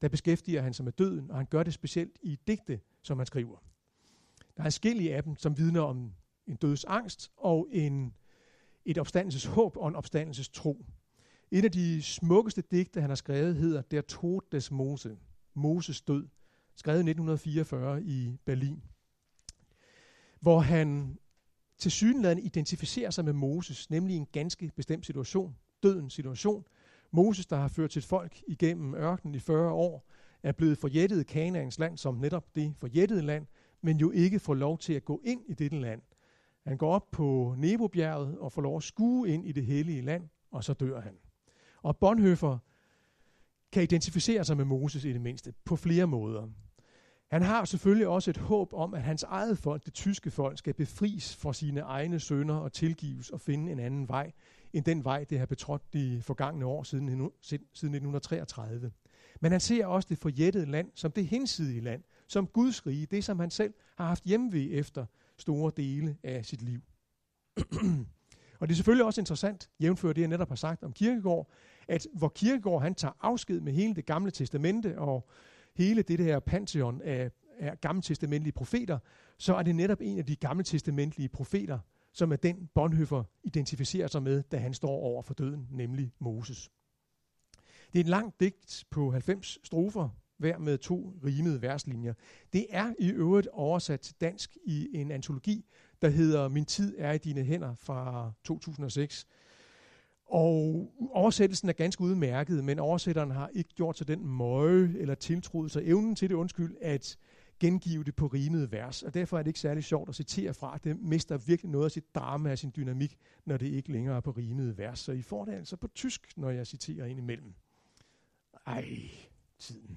der beskæftiger han sig med døden, og han gør det specielt i digte, som han skriver. Der er forskellige af dem, som vidner om en dødsangst og en, et opstandelseshåb og en opstandelsestro. Et af de smukkeste digte, han har skrevet, hedder Der Tod des Mose, Moses død, skrevet i nitten fireogfyrre i Berlin, hvor han tilsyneladende identificerer sig med Moses, nemlig en ganske bestemt situation, dødens situation. Moses, der har ført sit folk igennem ørkenen i fyrre år, er blevet forjættet Kanaans land som netop det forjættede land, men jo ikke får lov til at gå ind i dette land. Han går op på Nebobjerget og får lov at skue ind i det hellige land, og så dør han. Og Bonhoeffer kan identificere sig med Moses i det mindste på flere måder. Han har selvfølgelig også et håb om, at hans eget folk, det tyske folk, skal befries fra sine egne synder og tilgives og finde en anden vej, end den vej, det har betrådt de forgangne år siden, siden nitten treogtredive. Men han ser også det forjættede land som det hinsidige land, som Guds rige, det som han selv har haft hjemve efter store dele af sit liv. Og det er selvfølgelig også interessant, jævnfør det, jeg netop har sagt om Kierkegaard, at hvor Kierkegaard han tager afsked med hele det gamle testamente og hele det her pantheon af, af gammeltestamentlige profeter, så er det netop en af de gammeltestamentlige profeter, som er den Bonhoeffer identificerer sig med, da han står over for døden, nemlig Moses. Det er et langt digt på halvfems strofer, hver med to rimede verslinjer. Det er i øvrigt oversat til dansk i en antologi, der hedder Min tid er i dine hænder fra to tusind og seks. Og oversættelsen er ganske udmærket, men oversætteren har ikke gjort sig den møje eller tiltroet sig evnen til det, undskyld, at gengive det på rimede vers. Og derfor er det ikke særlig sjovt at citere fra. Det mister virkelig noget af sit drama af sin dynamik, når det ikke længere er på rimede vers. Så I får det altså på tysk, når jeg citerer ind imellem. Ej, tiden.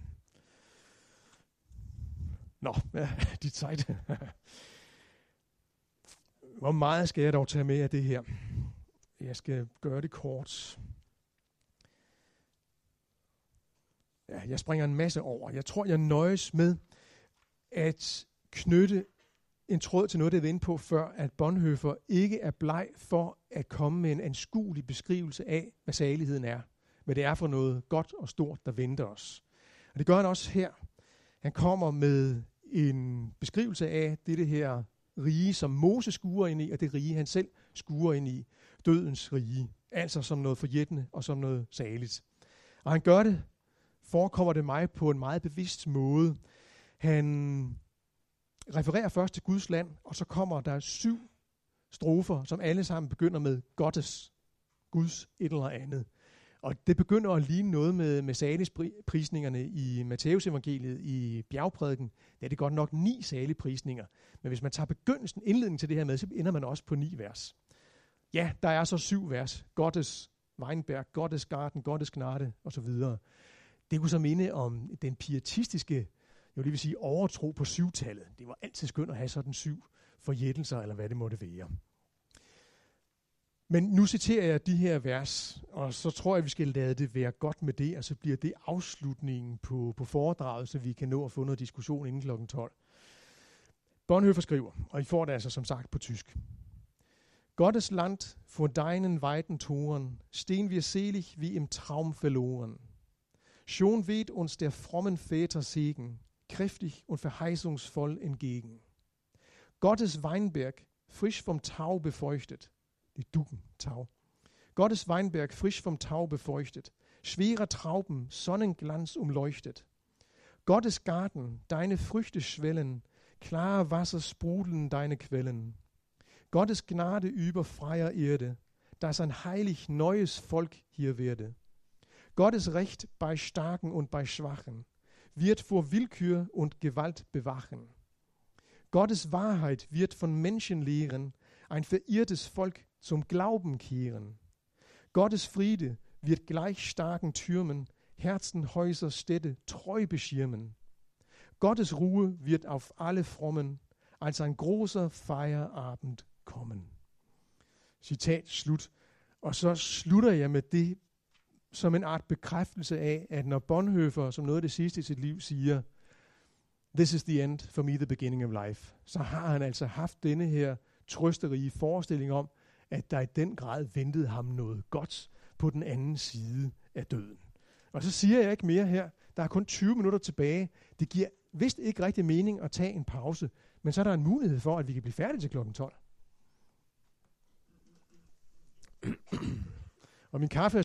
Nå, ja, de Zeit. Hvor meget skal jeg dog tage med af det her? Jeg skal gøre det kort. Ja, jeg springer en masse over. Jeg tror, jeg nøjes med at knytte en tråd til noget, det jeg var inde på før, at Bonhoeffer ikke er bleg for at komme med en anskuelig beskrivelse af, hvad saligheden er. Hvad det er for noget godt og stort, der venter os. Og det gør han også her. Han kommer med en beskrivelse af det her rige, som Moses skuer ind i, og det rige, han selv skuer ind i. Dødens rige. Altså som noget forjættende og som noget saligt. Og han gør det, forekommer det mig på en meget bevidst måde. Han refererer først til Guds land, og så kommer der syv strofer, som alle sammen begynder med Gottes, Guds et eller andet. Og det begynder at ligne noget med, med salisprisningerne i Matteus evangeliet i bjergprædiken. Det er det godt nok ni saligprisninger. Men hvis man tager begyndelsen, indledningen til det her med, så ender man også på ni vers. Ja, der er så syv vers. Gottes Weinberg, Gottes Garten, Gottes Gnade osv. Det kunne så minde om den pietistiske, jeg vil lige sige, overtro på syvtallet. Det var altid skønt at have sådan syv forjættelser, eller hvad det måtte være. Men nu citerer jeg de her vers, og så tror jeg, vi skal lade det være godt med det, og så bliver det afslutningen på, på foredraget, så vi kan nå at få noget diskussion inden klokken tolv. Bonhoeffer skriver, og I får det altså som sagt på tysk. Gottes Land vor deinen weiten Toren stehen wir selig wie im Traum verloren. Schon weht uns der frommen Väter Segen, kräftig und verheißungsvoll entgegen. Gottes Weinberg, frisch vom Tau befeuchtet, die Ducken, Tau. Gottes Weinberg, frisch vom Tau befeuchtet, schwerer Trauben, Sonnenglanz umleuchtet. Gottes Garten, deine Früchte schwellen, klare Wasser sprudeln deine Quellen. Gottes Gnade über freier Erde, dass ein heilig neues Volk hier werde. Gottes Recht bei Starken und bei Schwachen wird vor Willkür und Gewalt bewachen. Gottes Wahrheit wird von Menschen lehren, ein verirrtes Volk zum Glauben kehren. Gottes Friede wird gleich starken Türmen, Herzen, Häuser, Städte treu beschirmen. Gottes Ruhe wird auf alle Frommen als ein großer Feierabend kommen. Citat slut. Og så slutter jeg med det som en art bekræftelse af, at når Bonhoeffer som noget af det sidste i sit liv siger, this is the end, for me the beginning of life, så har han altså haft denne her trøsterige forestilling om, at der i den grad ventede ham noget godt på den anden side af døden. Og så siger jeg ikke mere her. Der er kun tyve minutter tilbage. Det giver vist ikke rigtig mening at tage en pause, men så er der en mulighed for, at vi kan blive færdige til klokken tolv. Og min kaffe